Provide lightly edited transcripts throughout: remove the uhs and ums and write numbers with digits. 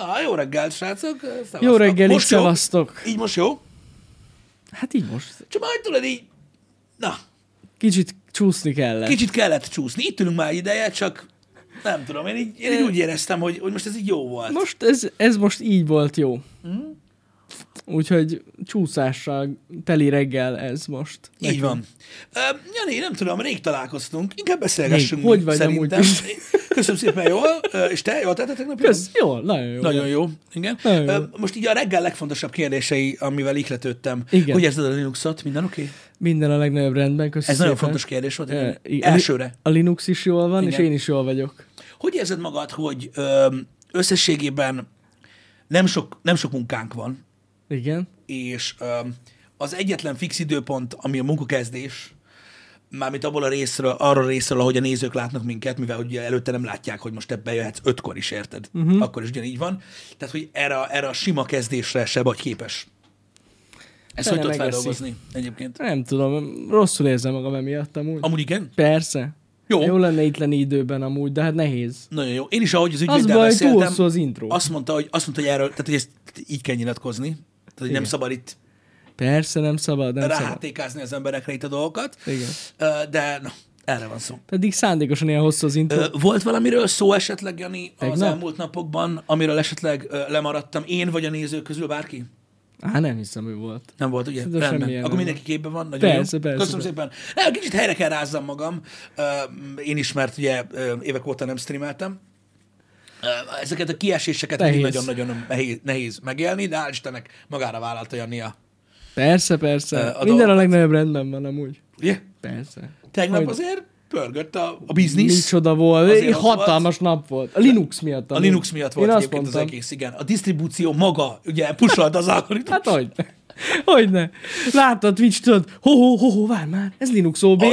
Na, jó reggel, srácok. Szevasztok. Jó reggel, most jó? szevasztok. Így most jó? Hát így most. Csak majd tudod így, na, Kicsit csúszni kellett. kicsit kellett csúszni. Itt ülünk már ideje, csak nem tudom, én így úgy éreztem, hogy most ez így jó volt. Most ez most így volt jó. Úgyhogy csúszással teli reggel ez most. Így van. Jani, nem tudom, rég találkoztunk. Inkább beszélgessünk. Hogy vagy szerintem. amúgy is? Köszönöm szépen, jól. És te, jól tettetek napja? Jól, nagyon jó. Nagyon jó, igen. Nagyon jó. Most így a reggel legfontosabb kérdései, amivel ihletődtem. Igen. Hogy érzed a Linuxot? Minden oké? Minden a legnagyobb rendben, köszönöm Ez nagyon szépen. fontos kérdés volt. Igen. Elsőre. A Linux is jól van, Igen. és én is jól vagyok. Hogy érzed magad, hogy összességében nem sok munkánk van, Igen. és az egyetlen fix időpont, ami a munkakezdés, mármint abból a részről, arra a részről, ahogy a nézők látnak minket, mivel ugye előtte nem látják, hogy most ebben jöhetsz 5-kor is, érted? Akkor is ugyanígy van. Tehát, hogy erre a sima kezdésre se vagy képes. Ezt hogy tudod megeszi. feldolgozni egyébként? Nem tudom, rosszul érzem magam emiatt amúgy. Amúgy igen? Persze. Jó. Jó lenne itt lenni időben amúgy, de hát nehéz. Nagyon jó. Én is, ahogy az Az ügyvéddel baj, túl beszéltem, hosszú az intro. azt mondta, hogy erről, tehát, hogy ezt így kell nyilatkozni. Tehát, hogy nem Igen. szabad itt Persze, nem szabad, nem szabad. ráhátékázni az emberekre itt a dolgokat. Igen. De na, erre van szó. Pedig szándékosan ilyen hosszú az intro. Volt valamiről szó esetleg, Jani, az Tegnap? elmúlt napokban, amiről esetleg lemaradtam én vagy a nézők közül bárki? Nem hiszem, hogy volt. Nem volt, ugye? Szerintem Rendben. semmilyen Akkor nem mindenki képben van. Nagyon Persze, jó. persze, Köszönöm szépen. Kicsit helyre kell rázzam magam. Én is, mert ugye évek óta nem streameltem. Ezeket a kieséseket mindig Nehéz. nagyon-nagyon nehéz megélni, de hál' Istennek magára vállalta Jani a... Persze. A Minden a dolgot. legnagyobb rendben van amúgy. Ugye? Persze. Tegnap Hogy- azért pörgött a biznisz. Micsoda volt. Azért ott Hatalmas nap volt. A Linux miatt. A amúgy. Linux miatt volt Én azt egyébként az mondtam. egész, igen. A disztribúció maga, ugye, pusolt az algoritmus. Hát hogyne. Láttad Twitch, tudod, ho, várj már, ez Linux OBS.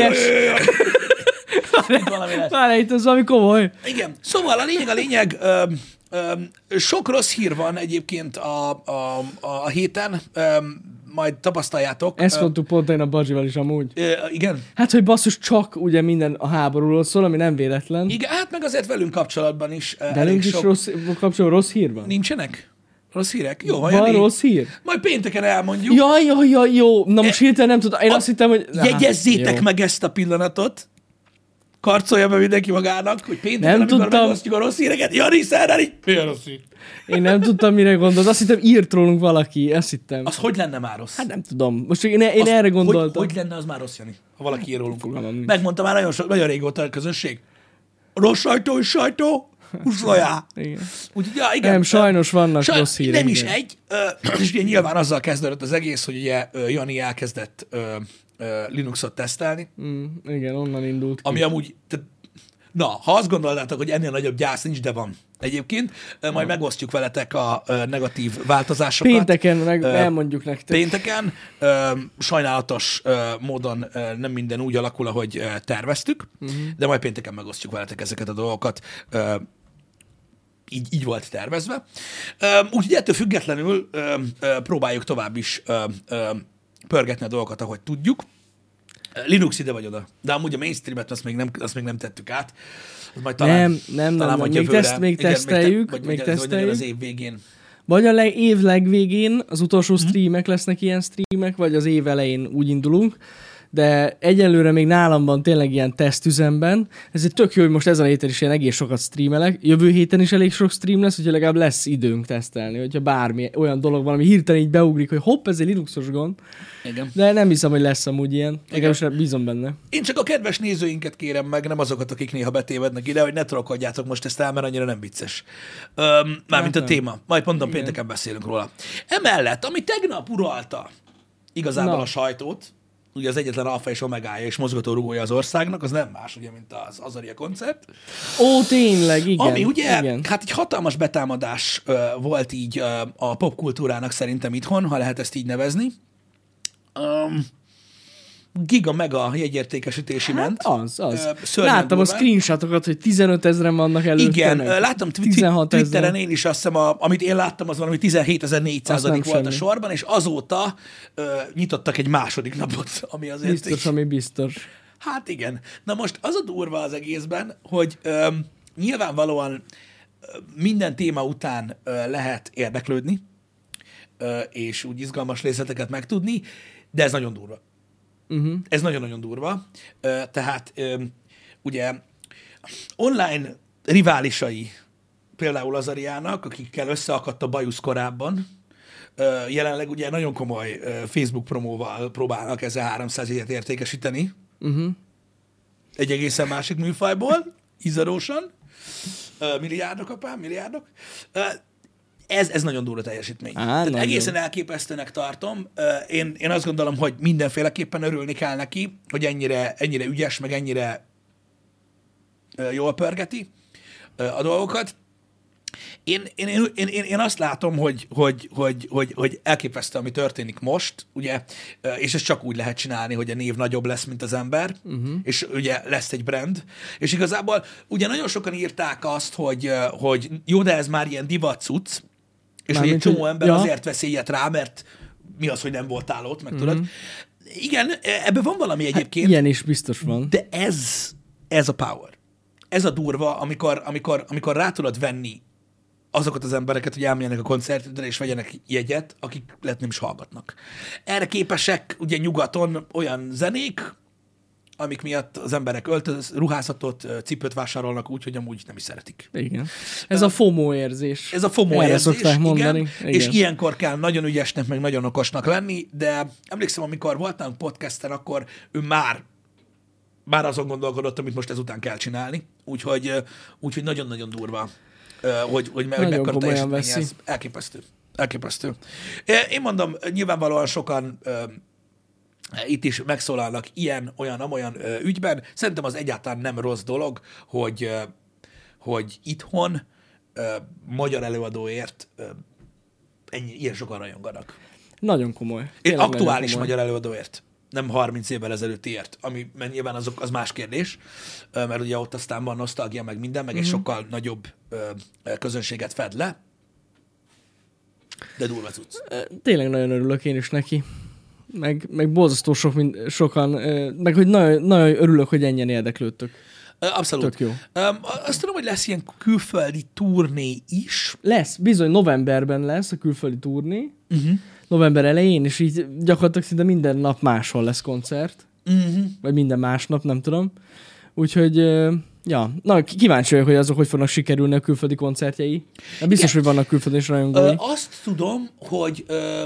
Itt valami lesz. Várj, itt az valami komoly. Igen. Szóval a lényeg, sok rossz hír van egyébként a héten, majd tapasztaljátok. Ezt mondtuk pont én a Bazsival is amúgy. Igen. Hát, hogy basszus, csak ugye minden a háborúról szól, ami nem véletlen. Igen, hát meg azért velünk kapcsolatban is Velünk is kapcsolatban rossz hír van. Nincsenek? Rossz hírek? Jó, Van Jani. rossz hír? Majd pénteken elmondjuk. Jaj, jó. Na most hirtelen nem tudom. Én azt hittem, hogy... Jegyezzétek Jó. meg ezt a pillanatot. Karcolja be mindenki magának, hogy pénteken, Nem amikor tudtam. megosztjuk a rossz híreket, Jani Szerrel így, mi a rossz hír? Én nem tudtam, mire gondolt. Azt hittem, írt rólunk valaki. Azt hittem. Az hogy lenne már rossz? Hát nem tudom. Most én erre gondoltam. Hogy lenne az már rossz, Jani, ha valaki ír rólunk? Fogalmam nincs. Megmondta már nagyon régóta a közösség. Rossz sajtó és sajtó, uszlajá. Igen. Úgyhogy, ja, igen. Nem, sajnos vannak rossz hírek. Nem is igen. egy, és ugye nyilván azzal kezdődött az egész, hogy ugye Jani elkezdett Linuxot tesztelni, Igen, onnan indult ki. ami amúgy, na, ha azt gondoltátok, hogy ennél nagyobb gyász nincs, de van egyébként, majd megosztjuk veletek a negatív változásokat. Pénteken meg elmondjuk nektek. Pénteken sajnálatos módon nem minden úgy alakul, ahogy terveztük, de majd pénteken megosztjuk veletek ezeket a dolgokat. Így volt tervezve. Úgyhogy ettől függetlenül próbáljuk tovább is pörgetni a dolgokat, ahogy tudjuk. Linux ide vagy oda. De amúgy a mainstreamet azt még nem tettük át. Az majd talán, Nem. majd Még, jövőre. még Igen, teszteljük. vagy Még az teszteljük. év végén. Vagy év legvégén az utolsó streamek lesznek ilyen streamek, vagy az év elején úgy indulunk. De egyelőre még nálam van tényleg ilyen tesztüzemben. Ezért tök jó, hogy most ezen a héten is ilyen egész sokat streamelek. Jövő héten is elég sok stream lesz, úgyhogy legalább lesz időnk tesztelni, hogyha bármi olyan dolog van, ami hirtelen így beugrik, hogy hopp, ez egy Linuxos gond. Igen. De nem hiszem, hogy lesz amúgy ilyen. Legalábbis bízom benne. Én csak a kedves nézőinket kérem meg, nem azokat, akik néha betévednek ide, hogy ne trollkodjátok most ezt el, mert annyira nem vicces. Mármint a nem. téma. Majd mondom, pénteken beszélünk róla. Emellett, ami tegnap uralta igazából Na. a sajtót, ugye az egyetlen alfa és omegája és mozgatórugója az országnak, az nem más, ugye, mint az Azaria koncert. Ó, tényleg, igen. Ami ugye, igen. hát egy hatalmas betámadás volt így a popkultúrának szerintem itthon, ha lehet ezt így nevezni. Giga-mega jegyértékesítési ment. Az. Szörnyen Láttam a durván. screenshotokat, hogy 15 000-en vannak előtte. Igen, meg láttam 16 000. Twitteren én is, azt hiszem, amit én láttam, az valami 17.400 Az nem volt a semmi. sorban, és azóta nyitottak egy második napot, ami azért Biztos, ami biztos. Hát igen. Na most az a durva az egészben, hogy nyilvánvalóan minden téma után lehet érdeklődni, és úgy izgalmas részleteket megtudni, de ez nagyon durva. Ez nagyon-nagyon durva. Tehát ugye online riválisai például Azariának, akikkel összeakadt a bajusz korábban, jelenleg ugye nagyon komoly Facebook promóval próbálnak ezzel 300 jegyet értékesíteni. Egy egészen másik műfajból, izarósan. Milliárdok, apám, milliárdok. Ez nagyon durva teljesítmény. Tehát egészen elképesztőnek tartom. Én azt gondolom, hogy mindenféleképpen örülni kell neki, hogy ennyire ügyes, meg ennyire jól pörgeti a dolgokat. Én azt látom, hogy elképesztő, ami történik most, ugye, és ezt csak úgy lehet csinálni, hogy a név nagyobb lesz, mint az ember, és ugye lesz egy brand, és igazából ugye nagyon sokan írták azt, hogy jó, de ez már ilyen divat cucc, és hogy egy csomó ember azért vesz ilyet rá, mert mi az, hogy nem voltál ott, meg tudod. Igen, ebben van valami egyébként. Ilyen is biztos van. De ez a power. Ez a durva, amikor rá tudod venni azokat az embereket, hogy elmenjenek a koncertedre, és vegyenek jegyet, akik lehet nem is hallgatnak. Erre képesek ugye nyugaton olyan zenék, amik miatt az emberek ruházatot, cipőt vásárolnak úgy, hogy amúgy nem is szeretik. Igen. Ez a FOMO érzés. Ez a FOMO érzés, szokták mondani. Igen. És ilyenkor kell nagyon ügyesnek, meg nagyon okosnak lenni, de emlékszem, amikor voltam podcasten, akkor ő már azon gondolkodott, amit most ezután kell csinálni, úgyhogy nagyon-nagyon durva, hogy mekkora teljesítmény ez. Elképesztő. Én mondom, nyilvánvalóan sokan itt is megszólalnak ilyen, olyan, amolyan ügyben. Szerintem az egyáltalán nem rossz dolog, hogy itthon magyar előadóért ilyen sokan rajonganak. Nagyon komoly. Aktuális magyar előadóért. Nem 30 évvel ezelőttiért, ami nyilván az más kérdés, mert ugye ott aztán van nosztalgia, meg minden, meg egy sokkal nagyobb közönséget fed le, de durva cucc. Tényleg nagyon örülök én is neki. Meg borzasztó sokan, meg hogy nagyon örülök, hogy ennyien érdeklődtök. Abszolút. Tök jó. Azt tudom, hogy lesz ilyen külföldi turné is. Lesz, bizony novemberben lesz a külföldi turné. November elején, és így gyakorlatilag szinte minden nap máshol lesz koncert. Vagy minden másnap, nem tudom. Úgyhogy, ja, na, kíváncsi vagyok, hogy azok hogy fognak sikerülni a külföldi koncertjei. Biztos, hogy vannak külföldi és rajongói. Azt tudom, hogy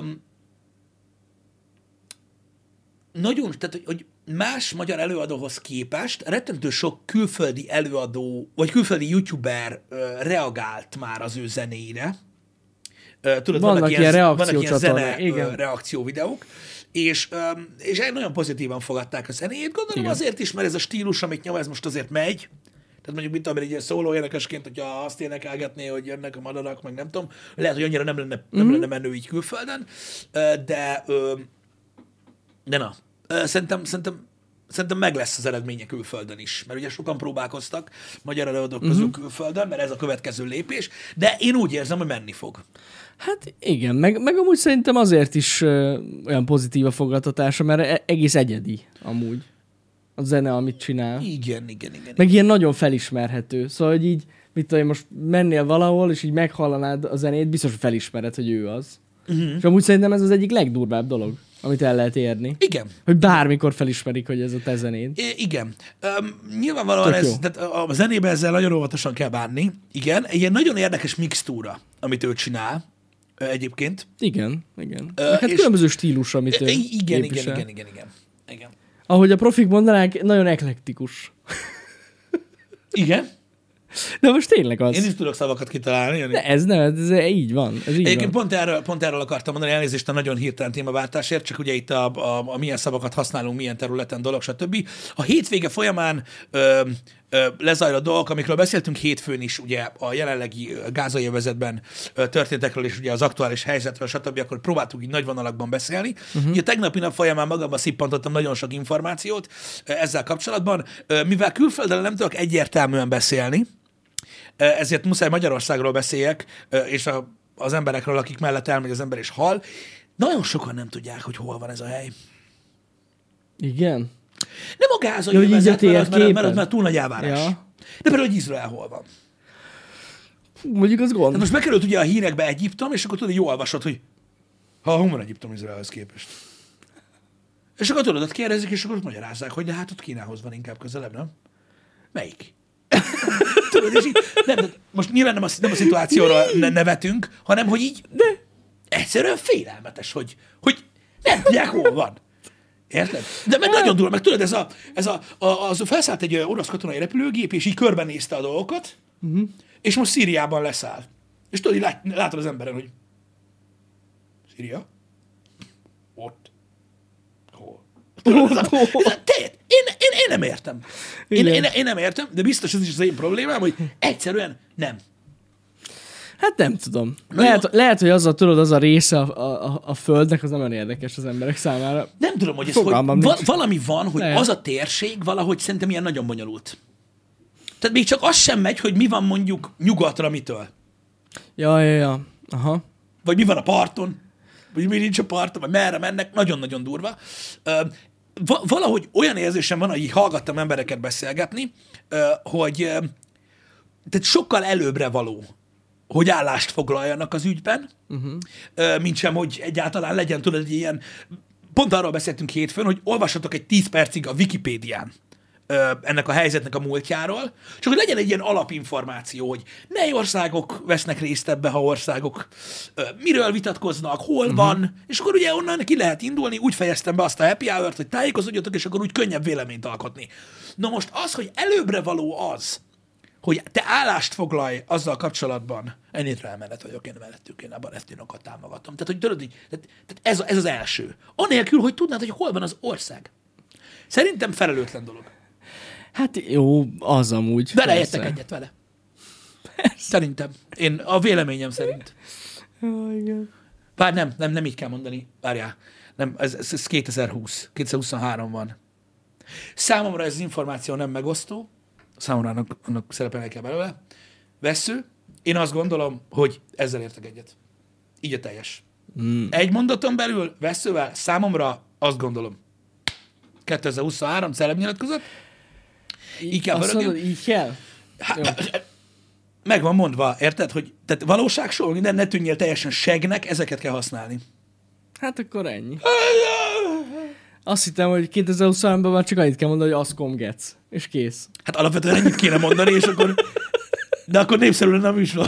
nagyon, tehát, hogy más magyar előadóhoz képest rettentő sok külföldi előadó, vagy külföldi youtuber reagált már az ő zenéire. Tudod, vannak ilyen zene reakció videók, és nagyon pozitívan fogadták a zenét. Gondolom azért is, mert ez a stílus, amit nyom, ez most azért megy. Tehát mondjuk, mint amire egy ilyen szóló énekesként, hogyha azt énekelgetné, hogy jönnek a madarak, meg nem tudom, lehet, hogy annyira nem lenne menő így külföldön, de na, szerintem meg lesz az eredménye külföldön is, mert ugye sokan próbálkoztak magyar előadók közül külföldön, mert ez a következő lépés, de én úgy érzem, hogy menni fog. Hát igen, meg amúgy szerintem azért is olyan pozitív a fogadtatása, mert egész egyedi amúgy a zene, amit csinál. Igen. Meg ilyen nagyon felismerhető. Szóval, hogy így, mit tudom, most mennél valahol, és így meghallanád a zenét, biztos, hogy felismered, hogy ő az. És amúgy szerintem ez az egyik legdurvább dolog, amit el lehet érni. Igen. Hogy bármikor felismerik, hogy ez a te zenéd. Igen. Nyilvánvalóan tehát a zenében ezzel nagyon óvatosan kell bánni. Igen. Egy ilyen nagyon érdekes mixtúra, amit ő csinál egyébként. Igen. Hát különböző stílus, amit ő Igen. Ahogy a profik mondanák, nagyon eklektikus. Igen. De most tényleg az. Én is tudok szavakat kitalálni. De ez így van. Egyébként pont erről akartam mondani, elnézést a nagyon hirtelen témaváltásért, csak ugye itt a milyen szavakat használunk, milyen területen, dolog, stb. A hétvége folyamán lezajlott dolgok, amikről beszéltünk hétfőn is, ugye a jelenlegi gázai övezetben történtekről, és ugye az aktuális helyzetről, stb., akkor próbáltuk így nagy vonalakban beszélni. Ugye a tegnapi nap folyamán magamban szippantottam nagyon sok információt ezzel kapcsolatban. Mivel külföldön nem tudok egyértelműen beszélni, ezért muszáj Magyarországról beszéljek, és az emberekről, akik mellett elmegy az ember és hal. Nagyon sokan nem tudják, hogy hol van ez a hely. Igen? Nem a gázai övezet, mert az már túl nagy elvárás. Ja. De például, hogy Izrael hol van. Mondjuk az gond. Hát most bekerült ugye a hírekbe Egyiptom, és akkor tudod, hogy jó olvasod, hogy hol van Egyiptom Izraelhez képest. És akkor tudod, ott kérdezik, és akkor ott magyarázzák, hogy de hát ott Kínához van inkább közelebb, nem? Melyik? Tudod, és így, nem, most nyilván nem a szituációra nevetünk, hanem hogy így egyszerűen félelmetes, hogy nem tudják, hol van. Érted? De meg nagyon durva, meg tudod, az felszállt egy orosz katonai repülőgép, és így körbenézte a dolgokat, és most Szíriában leszáll. És tudod, így látod az emberen, hogy Szíria? Ott. Hol? Én nem értem. Én nem értem, de biztos ez is az én problémám, hogy egyszerűen nem. Hát nem tudom. Lehet, hogy tudod, az a része a Földnek, az nem olyan érdekes az emberek számára. Nem tudom, hogy ez valami van, hogy az a térség valahogy szerintem ilyen nagyon bonyolult. Tehát még csak az sem megy, hogy mi van mondjuk nyugatra mitől. Ja. Aha. Vagy mi van a parton, vagy mi nincs a parton, vagy merre mennek, nagyon-nagyon durva. Valahogy olyan érzésem van, hogy így hallgattam embereket beszélgetni, hogy tehát sokkal előbbre való, hogy állást foglaljanak az ügyben, mint sem, hogy egyáltalán legyen, tudod, egy ilyen... Pont arról beszéltünk hétfőn, hogy olvassatok egy 10 percig a Wikipédián ennek a helyzetnek a múltjáról, csak hogy legyen egy ilyen alapinformáció, hogy mely országok vesznek részt ebbe, ha országok miről vitatkoznak, hol van, és akkor ugye onnan ki lehet indulni, úgy fejeztem be azt a happy hour-t, hogy tájékozódjatok, és akkor úgy könnyebb véleményt alkotni. Na most az, hogy előbbre való az, hogy te állást foglalj azzal kapcsolatban, ennél elmenet vagyok, én mellettük, én a barettinokat támogatom. Tehát, hogy tudod, tehát ez az első. Anélkül, hogy tudnád, hogy hol van az ország. Szerintem felelőtlen dolog. Hát jó, az amúgy. Vele értek egyet vele. Persze. Szerintem. Én a véleményem szerint. Bár nem így kell mondani. Várjál. Nem, ez 2020. 2023 van. Számomra ez az információ nem megosztó. Számomra annak szerepelni kell belőle. Vessző. Én azt gondolom, hogy ezzel értek egyet. Így a teljes. Egy mondaton belül vesszővel számomra azt gondolom. 2023 szellemnyilatkozat. Így kell mondod, így kell? Meg van mondva, érted? Hogy tehát valóságsó, minden ne tűnjél teljesen segnek, ezeket kell használni. Hát akkor ennyi. Azt hittem, hogy 2023-ban már csak annyit kell mondani, hogy Ascom Gets. És kész. Hát alapvetően ennyit kéne mondani, és akkor... De akkor népszerű lenne a műsor.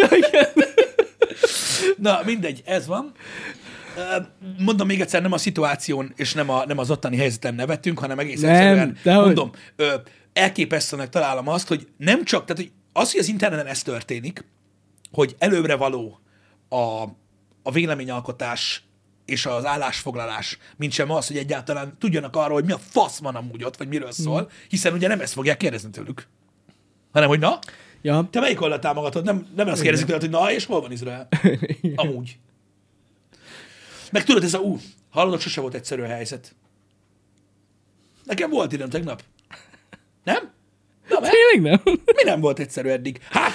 Na, mindegy, ez van. Mondom még egyszer, nem a szituáción, és nem az ottani helyzeten nevettünk, hanem egész egyszerűen, mondom, elképesztőnek találom azt, hogy nem csak, tehát hogy az, hogy az interneten ez történik, hogy előbbre való a véleményalkotás és az állásfoglalás, mint sem az, hogy egyáltalán tudjanak arról, hogy mi a fasz van amúgy ott, vagy miről szól, hiszen ugye nem ezt fogják kérdezni tőlük, hanem hogy na, te melyik oldalt támogatod? Nem azt kérdezik tőled, hogy na, és hol van Izrael? Amúgy. Meg tudod, ez hallod, sose volt egyszerű a helyzet. Nekem volt időm tegnap. Nem? Tényleg nem? Mi nem volt egyszerű eddig? Hát...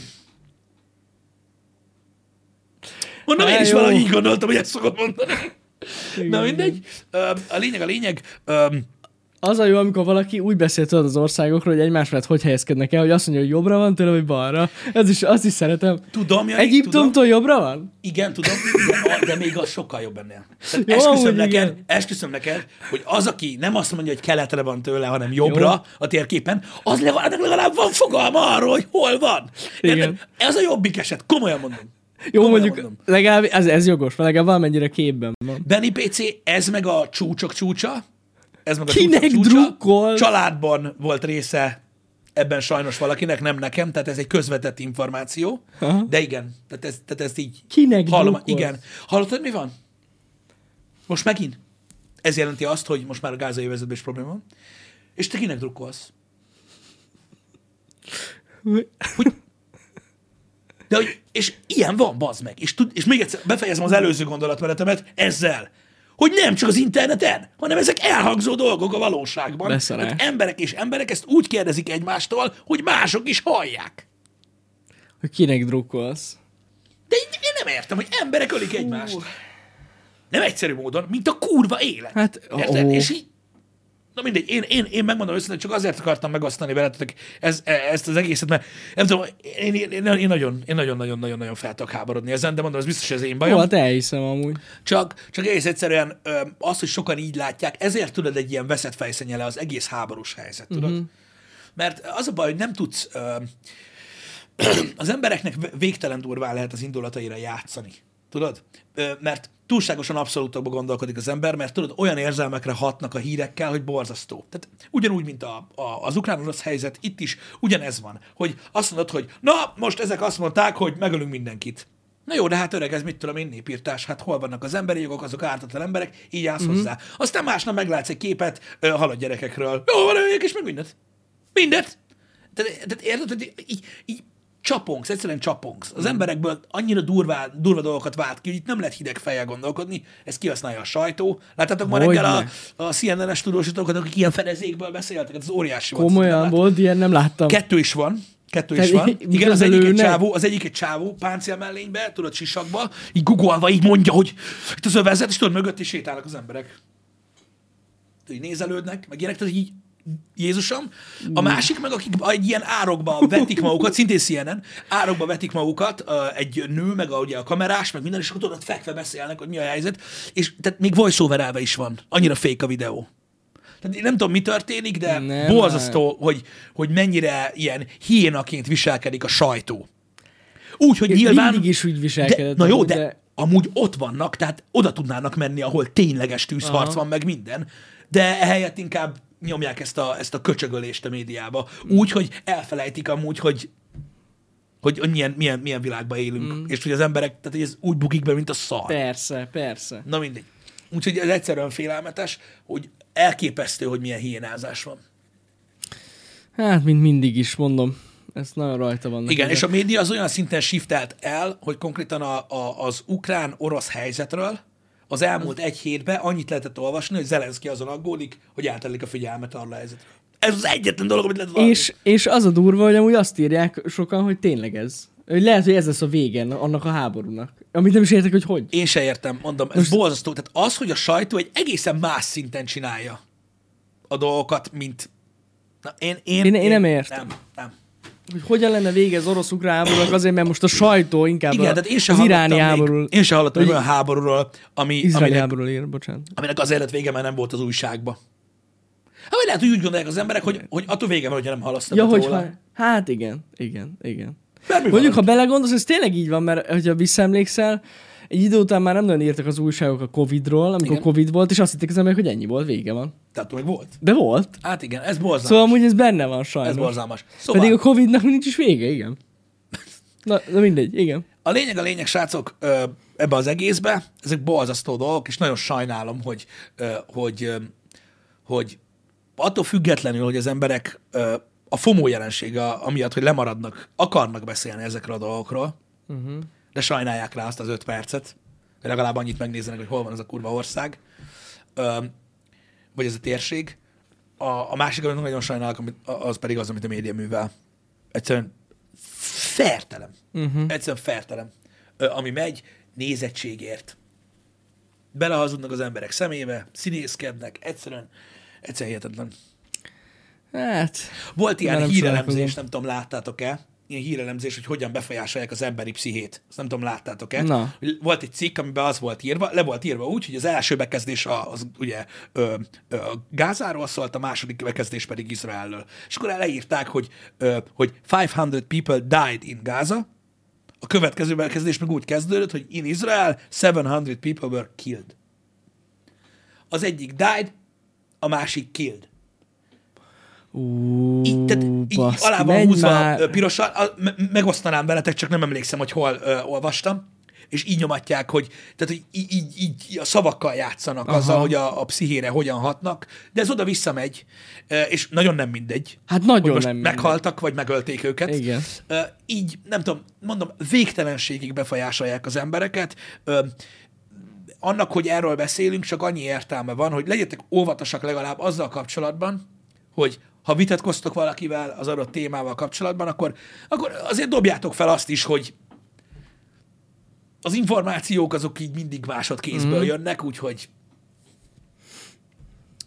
Mondom, én is valahogy így gondoltam, hogy ezt szokott mondani. Na mindegy. A lényeg... Az a jó, amikor valaki úgy beszél tudod az országokról, hogy egymás mellett hogy helyezkednek el, hogy azt mondja, hogy jobbra van tőle, vagy balra. Azt is szeretem. Tudom, Jani, Egyiptomtól jobbra van? Igen, tudom, de még az sokkal jobb ennél. Esküszöm neked, hogy az, aki nem azt mondja, hogy keletre van tőle, hanem jobbra a térképen, az legalább van fogalma arról, hogy hol van. Igen. Ez a jobbik eset, komolyan mondom. Jó, mondjuk legalább ez jogos, legalább valamennyire képben van. Benny PC, ez meg a csúcsok csúcsa. Ez meg a kinek drukkol? Családban volt része ebben sajnos valakinek, nem nekem, tehát ez egy közvetett információ. Aha. De igen, tehát ezt így kinek hallom. Igen. Hallottad, mi van? Most megint. Ez jelenti azt, hogy most már a gázai övezetben is probléma van. És te kinek drukkolsz? És ilyen van, bazd meg. És még egyszer befejezem az előző gondolatmenetemet ezzel. Hogy nem csak az interneten, hanem ezek elhangzó dolgok a valóságban. Hát emberek és emberek ezt úgy kérdezik egymástól, hogy mások is hallják. Hogy kinek drukkolsz? De én nem értem, hogy emberek ölik egymást. Nem egyszerű módon, mint a kurva élet. Hát, érted? És így... Na mindegy, én megmondom őszintén, csak azért akartam megosztani veletek ezt az egészet, mert nem tudom, én nagyon-nagyon fel tudok háborodni ezen, de mondom, ez biztos, hogy ez én bajom. Jó, hát elhiszem amúgy. Csak egész egyszerűen azt, hogy sokan így látják, ezért tudod egy ilyen veszett fejszennyele az egész háborús helyzet, tudod? Uh-huh. Mert az a baj, hogy nem tudsz, az embereknek végtelen durván lehet az indulataira játszani, tudod? Mert túlságosan abszolútokba gondolkodik az ember, mert tudod, olyan érzelmekre hatnak a hírekkel, hogy borzasztó. Tehát ugyanúgy, mint az ukrán-orosz helyzet, itt is ugyanez van, hogy azt mondod, hogy na, most ezek azt mondták, hogy megölünk mindenkit. Na jó, de hát öreg, ez mit tudom én, népírtás, hát hol vannak az emberi jogok, azok ártatlan emberek, így állsz hozzá. Aztán másnap meglátsz egy képet halott gyerekekről. Jó, van öljék, és meg mindet. Mindet. Tehát érted, hogy így csapongsz, egyszerűen csapongsz. Az emberekből annyira durva dolgokat vált ki, hogy itt nem lehet hideg fejjel gondolkodni, ezt kihasználja a sajtó. Láttátok ma reggel a CNN-es tudósítókat, akik ilyen fedezékből beszéltek, ez óriási volt. Komolyan volt, ilyen nem láttam. Kettő is van. Igen, az egyik egy csávó, páncélmellénybe, tudod, sisakba, így guggolva így mondja, hogy itt az övezet, és tudod, mögött is sétálnak az emberek. Így nézelődnek, meg ilyenek, tehát így Jézusom. A másik meg, akik egy ilyen árokba vetik magukat, szintén CNN, árokba vetik magukat, egy nő, meg ugye a kamerás, meg minden, és akkor tudod, fekve beszélnek, hogy mi a helyzet, és tehát még voice-overelve is van. Annyira fake a videó. Tehát én nem tudom, mi történik, de borzasztó, hogy mennyire ilyen hiénaként viselkedik a sajtó. Úgy, hogy nyilván... Mindig is úgy viselkedett. Na jó, de amúgy ott vannak, tehát oda tudnának menni, ahol tényleges tűzharc van, meg minden, de ehelyett inkább nyomják ezt a köcsögölést a médiába. Úgy, hogy elfelejtik amúgy, hogy milyen világban élünk, és hogy az emberek, tehát hogy ez úgy bukik be, mint a szar. Persze. Na mindegy. Úgyhogy ez egyszerűen félelmetes, hogy elképesztő, hogy milyen hiénázás van. Hát, mint mindig is, mondom. Ez nagyon rajta van. Igen, és a média az olyan szinten shiftelt el, hogy konkrétan az ukrán-orosz helyzetről az elmúlt egy hétben annyit lehetett olvasni, hogy Zelenszky azon aggódik, hogy eltelik a figyelmet arra a helyzetről. Ez az egyetlen dolog, amit lehet valami. És az a durva, hogy amúgy azt írják sokan, hogy tényleg ez. Hogy lehet, hogy ez lesz a végen annak a háborúnak. Amit nem is értek, hogy. Én se értem, mondom, ez borzasztó. Tehát az, hogy a sajtó egy egészen más szinten csinálja a dolgokat, mint... Na, én nem értem. Nem. Hogy hogyan lenne vége az orosz-ukrán háborúnak, azért, mert most a sajtó inkább igen, az iráni háborúról. Én sem hallottam olyan háborúról, izraeli háborúról ír, bocsánat. Aminek azért lett vége, mert nem volt az újságba. Hát vagy lehet, hogy úgy gondolják az emberek, hogy attól vége van, hogyha nem halasztanak róla. Hát igen. Mondjuk, ha belegondolsz, ez tényleg így van, mert hogyha visszaemlékszel, egy idő után már nem nagyon írtak az újságok a Covid-ról, amikor igen. Covid volt, és azt hitték az emberek, hogy ennyi volt, vége van. Tehát meg volt? De volt. Hát igen, ez borzalmas. Szóval amúgy ez benne van sajnos. Ez borzalmas. Szóval... Pedig a Covid-nak nincs is vége, igen. Na mindegy, igen. A lényeg, srácok, ebbe az egészbe, ezek borzasztó dolgok, és nagyon sajnálom, hogy attól függetlenül, hogy az emberek a FOMO jelensége, amiatt, hogy lemaradnak, akarnak beszélni ezekről a dolgokról, de sajnálják rá azt az 5 percet, hogy legalább annyit megnézzenek, hogy hol van ez a kurva ország, vagy ez a térség. A másik, amit nagyon sajnálok, az pedig az, amit a média művel. Egyszerűen fertelem. Egyszerűen fertelem. Ami megy nézettségért. Belehazudnak az emberek szemébe, színészkednek, egyszerűen hihetetlen. Hát... Volt ilyen hírelemzés, nem tudom, láttátok-e? Ilyen hírelemzés, hogy hogyan befolyásolják az emberi pszichét. Ezt nem tudom, láttátok-e? Na. Volt egy cikk, amiben az volt írva, le volt írva úgy, hogy az első bekezdés az ugye Gázáról szólt, a második bekezdés pedig Izraelről. És akkor leírták, hogy 500 people died in Gaza, a következő bekezdés meg úgy kezdődött, hogy in Israel 700 people were killed. Az egyik died, a másik killed. Így alá van húzva pirosan, megosztanám veletek, csak nem emlékszem, hogy hol olvastam, és így nyomatják, hogy, tehát, hogy így a szavakkal játszanak azzal, hogy a pszichére hogyan hatnak, de ez oda visszamegy, és nagyon nem mindegy. Hát nagyon most nem meghaltak, vagy megölték őket. Igen. Így, nem tudom, mondom, végtelenségig befolyásolják az embereket. Annak, hogy erről beszélünk, csak annyi értelme van, hogy legyetek óvatosak legalább azzal kapcsolatban, hogy ha vitatkoztok valakivel az adott témával kapcsolatban, akkor azért dobjátok fel azt is, hogy az információk azok így mindig másodkézből jönnek, úgyhogy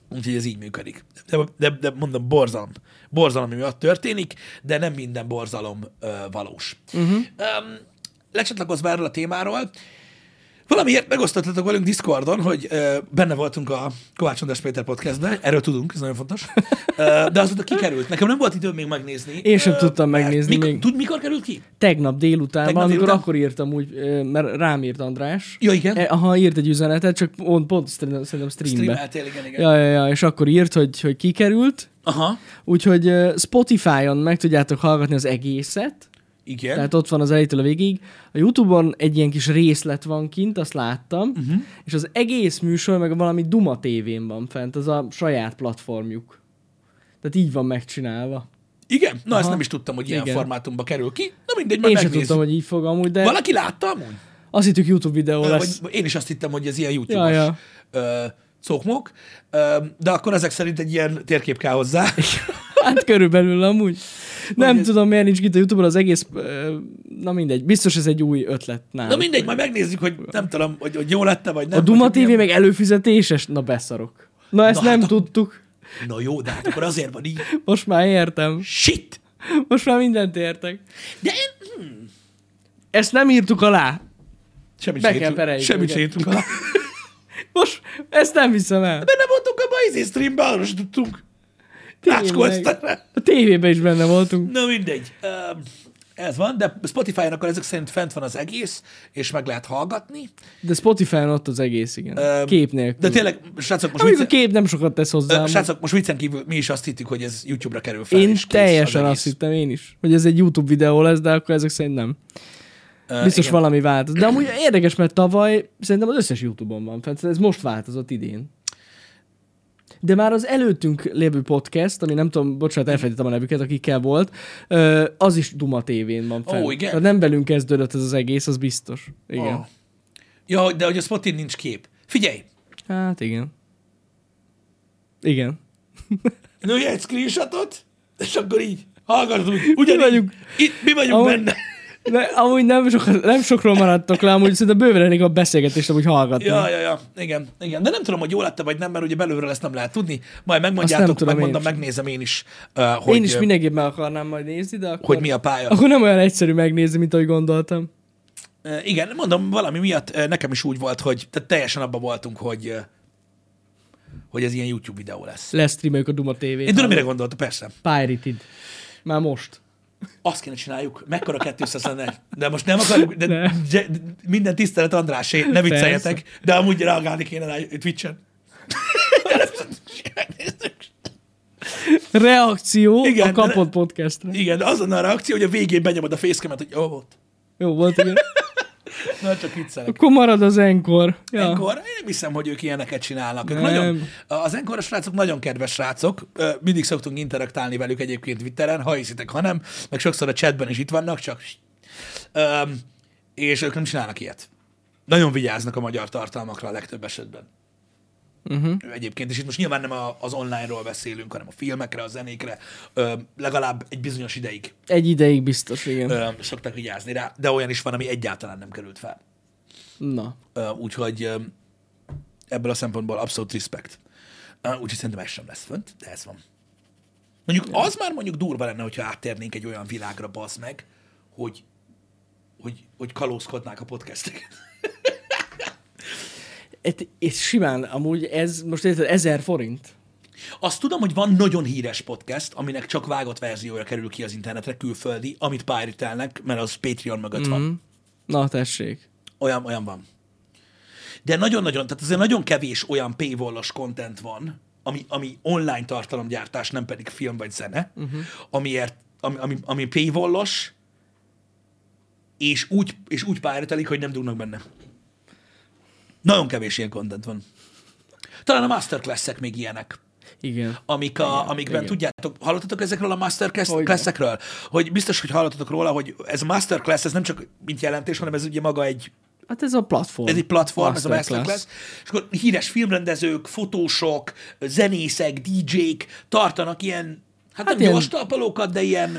Úgyhogy ez így működik. De mondom, borzalom. Borzalom, ami miatt történik, de nem minden borzalom valós. Lecsatlakozva erről a témáról, valamiért megosztottatok velünk Discordon, hogy benne voltunk a Kovács András Péter podcastben, erről tudunk, ez nagyon fontos, de azóta kikerült. Nekem nem volt időm még megnézni. Én sem tudtam megnézni még. Tud, mikor került ki? Tegnap délután, amikor akkor írtam úgy, mert rám írt András. Ja, igen? Aha, írt egy üzenetet, csak pont szerintem streambe. Igen. Ja, és akkor írt, hogy kikerült. Aha. Úgyhogy Spotify-on meg tudjátok hallgatni az egészet. Igen. Tehát ott van az elejétől a végig. A YouTube-on egy ilyen kis részlet van kint, azt láttam, és az egész műsor meg valami Duma TV-n van fent, az a saját platformjuk. Tehát így van megcsinálva. Igen? Na, ezt nem is tudtam, hogy ilyen formátumba kerül ki. Na mindegy, majd én megnézzük. sem tudtam, hogy így fog amúgy, de... Valaki látta amúgy? Azt hittük YouTube videó lesz. Én is azt hittem, hogy ez ilyen YouTube-os cokmok, de akkor ezek szerint egy ilyen térkép kell hozzá. Hát körülbelül amúgy. Nem tudom, miért nincs itt a YouTube-on az egész... Na mindegy, biztos ez egy új ötlet náluk. Na mindegy, majd megnézzük, hogy nem tudom, hogy jó lett vagy nem. A Duma TV meg előfizetéses? Na beszarok. Na ezt nem tudtuk. Na jó, de hát akkor azért van így. Most már értem. Shit! Most már mindent értek. De én... Ezt nem írtuk alá. Semmit se írtunk alá. Most ezt nem hiszem el. Benne voltunk a streamben, arra sem tudtunk. Rácskolsztál rá. A tévében is benne voltunk. Na mindegy. Ez van, de Spotify-on akkor ezek szerint fent van az egész, és meg lehet hallgatni. De Spotify-on ott az egész, igen. Kép nélkül. De tényleg, srácok, most viccen... a kép nem sokat tesz hozzá. Srácok, most viccen kívül mi is azt hittük, hogy ez YouTube-ra kerül fel. Én teljesen azt hittem, én is, hogy ez egy YouTube videó lesz, de akkor ezek szerint nem. Biztos valami változ. De amúgy érdekes, mert tavaly szerintem az összes YouTube-on van fent. Ez most változott idén. De már az előttünk lévő podcast, ami nem tudom, bocsánat, elfelejtettem a nevüket, akikkel volt, az is Duma TV-n van fent. Igen? Tehát nem velünk kezdődött ez az egész, az biztos. Igen. Ja, de hogy a Spotin nincs kép. Figyelj! Hát igen. Igen. Nőj egy screenshotot, és akkor így hallgatunk. Ugyanígy. Mi vagyunk benne. De amúgy nem sokról maradtok le, amúgy szerintem bőven elég a beszélgetést, amúgy hallgatni. Ja. Igen. De nem tudom, hogy jó lett vagy nem, mert ugye belülről ezt nem lehet tudni. Majd megmondjátok, megmondom, megnézem én is. Hogy, én is mindenképp meg akarnám majd nézni, de akkor... Hogy mi a pálya. Akkor nem olyan egyszerű megnézni, mint ahogy gondoltam. Igen, mondom, valami miatt nekem is úgy volt, hogy teljesen abban voltunk, hogy ez ilyen YouTube videó lesz. Lesz streameljük a Duma TV-t. Én tudom, mire gondoltam, persze. Pirated. Már most. Azt kéne csináljuk, mekkora 200 lenne. De most nem akarjuk, de minden tisztelet Andrásé, ne vicceljetek, de amúgy reagálni kéne rá Twitch-en. Reakció igen, a kapott podcastra. Igen, de azon a reakció, hogy a végén benyomod a facecam-et, hogy jó volt. Jó volt, igen. Na, csak viccelek. Akkor marad az Encore. Ja. Encore? Én nem hiszem, hogy ők ilyeneket csinálnak. Ők nagyon, az Encore srácok nagyon kedves srácok. Mindig szoktunk interaktálni velük egyébként Twitteren, ha hiszitek, ha nem. Meg sokszor a chatben is itt vannak, csak... és ők nem csinálnak ilyet. Nagyon vigyáznak a magyar tartalmakra a legtöbb esetben. Egyébként, és itt most nyilván nem az online-ról beszélünk, hanem a filmekre, a zenékre, legalább egy bizonyos ideig. Egy ideig biztos, igen. Szoktak vigyázni rá, de olyan is van, ami egyáltalán nem került fel. Na. Úgyhogy ebből a szempontból abszolút respect. Úgyhogy szerintem ez sem lesz fönt, de ez van. Mondjuk az már mondjuk durva lenne, hogyha áttérnénk egy olyan világra, bazd meg, hogy kalózkodnák a podcasteket. És simán, amúgy ez most 1000 forint. Azt tudom, hogy van nagyon híres podcast, aminek csak vágott verziója kerül ki az internetre, külföldi, amit piratelnek, mert az Patreon mögött van. Na, tessék. Olyan van. De nagyon-nagyon, tehát azért nagyon kevés olyan paywall-os content van, ami online tartalomgyártás, nem pedig film vagy zene, ami paywall-os, és úgy piratelik, hogy nem dugnak benne. Nagyon kevés ilyen content van. Talán a masterclass-ek még ilyenek. Igen. Amikben igen. Tudjátok, hallottatok ezekről a masterclass-ekről? Hogy biztos, hogy hallottatok róla, hogy ez a masterclass, ez nem csak mint jelentés, hanem ez ugye maga egy... Hát ez a platform. Ez egy platform, ez a masterclass. És akkor híres filmrendezők, fotósok, zenészek, DJ-k tartanak ilyen, hát nem gyors talpalókat, de ilyen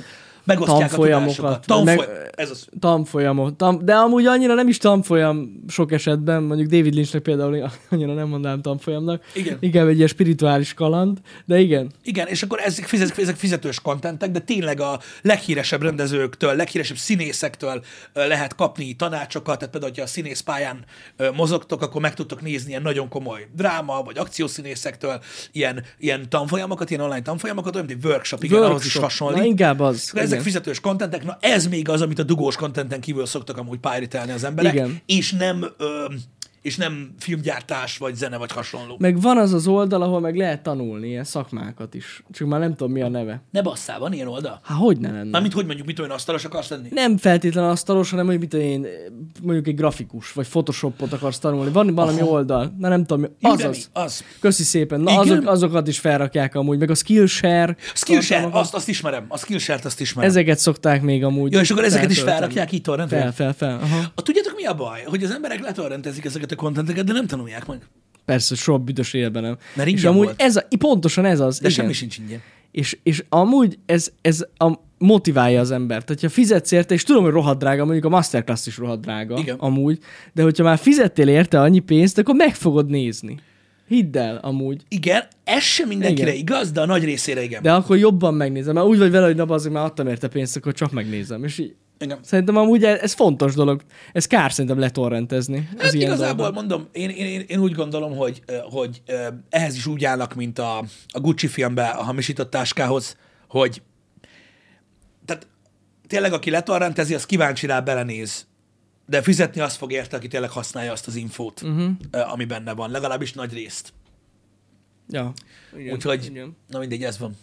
Megosztják tanfolyamokat. Ez az. Tanfolyamot. De amúgy annyira nem is tanfolyam sok esetben, mondjuk David Lynchnek például annyira nem mondanám tanfolyamnak. Igen. Inkább egy ilyen spirituális kaland, de igen. Igen, és akkor ezek fizetős kontentek, de tényleg a leghíresebb rendezőktől, leghíresebb színészektől lehet kapni tanácsokat, tehát például, hogyha a színészpályán mozogtok, akkor meg tudtok nézni ilyen nagyon komoly dráma, vagy akciószínészektől ilyen tanfolyamokat, ilyen online tanfolyamokat, olyan, mint egy workshop, igen, ahhoz is hasonlít. Na, inkább az. Ezek fizetős kontentek, na ez még az, amit a dugós kontenten kívül szoktak amúgy páritelni az emberek, Igen. és nem filmgyártás, vagy zene, vagy hasonló. Meg van az az oldal, ahol meg lehet tanulni ilyen szakmákat is. Csak már nem tudom, mi a neve. Ne basszál, van ilyen oldal? Hát hogy ne lenne? Mármint, hogy mondjuk, mit olyan asztalos akarsz lenni? Nem feltétlenül asztalos, hanem mondjuk egy grafikus, vagy Photoshopot akarsz tanulni. Van valami oldal, na nem tudom, Udemy, az. Köszi szépen. Na azokat is felrakják amúgy, meg a Skillshare. Skillshare, azt ismerem. A Skillshare-t azt ismerem. Ezeket szokták még amúgy. Ja, és akkor ezeket is felrakják itt torrentre? Fel. Aha. Tudjátok, mi a baj? Hogy az emberek letorrentezik ezeket a kontenteket, de nem tanulják meg. Persze, soha büdös életben nem. Mert és amúgy volt. pontosan ez az. De igen. semmi sincs ingyen. És amúgy ez motiválja az embert. Tehát, ha fizetsz érte, és tudom, hogy rohadt drága, mondjuk a Masterclass is rohadt drága, igen. amúgy, de hogyha már fizettél érte annyi pénzt, akkor meg fogod nézni. Hidd el, amúgy. Igen, ez sem mindenkire igen. igaz, de a nagy részére igen. De akkor jobban megnézem. Mert úgy vagy vele, hogy azért már adtam érte pénzt, akkor csak megnézem. És így, igen. szerintem amúgy ez fontos dolog. Ez kár szerintem letorrentezni. Hát igazából mondom, én úgy gondolom, hogy ehhez is úgy állnak, mint a Gucci filmbe a hamisított táskához, hogy tehát tényleg aki letorrentezi, az kíváncsi rá, belenéz. De fizetni azt fog érte, aki tényleg használja azt az infót, ami benne van. Legalábbis nagy részt. Ja. Igen, úgyhogy, igen. na mindegy, ez van.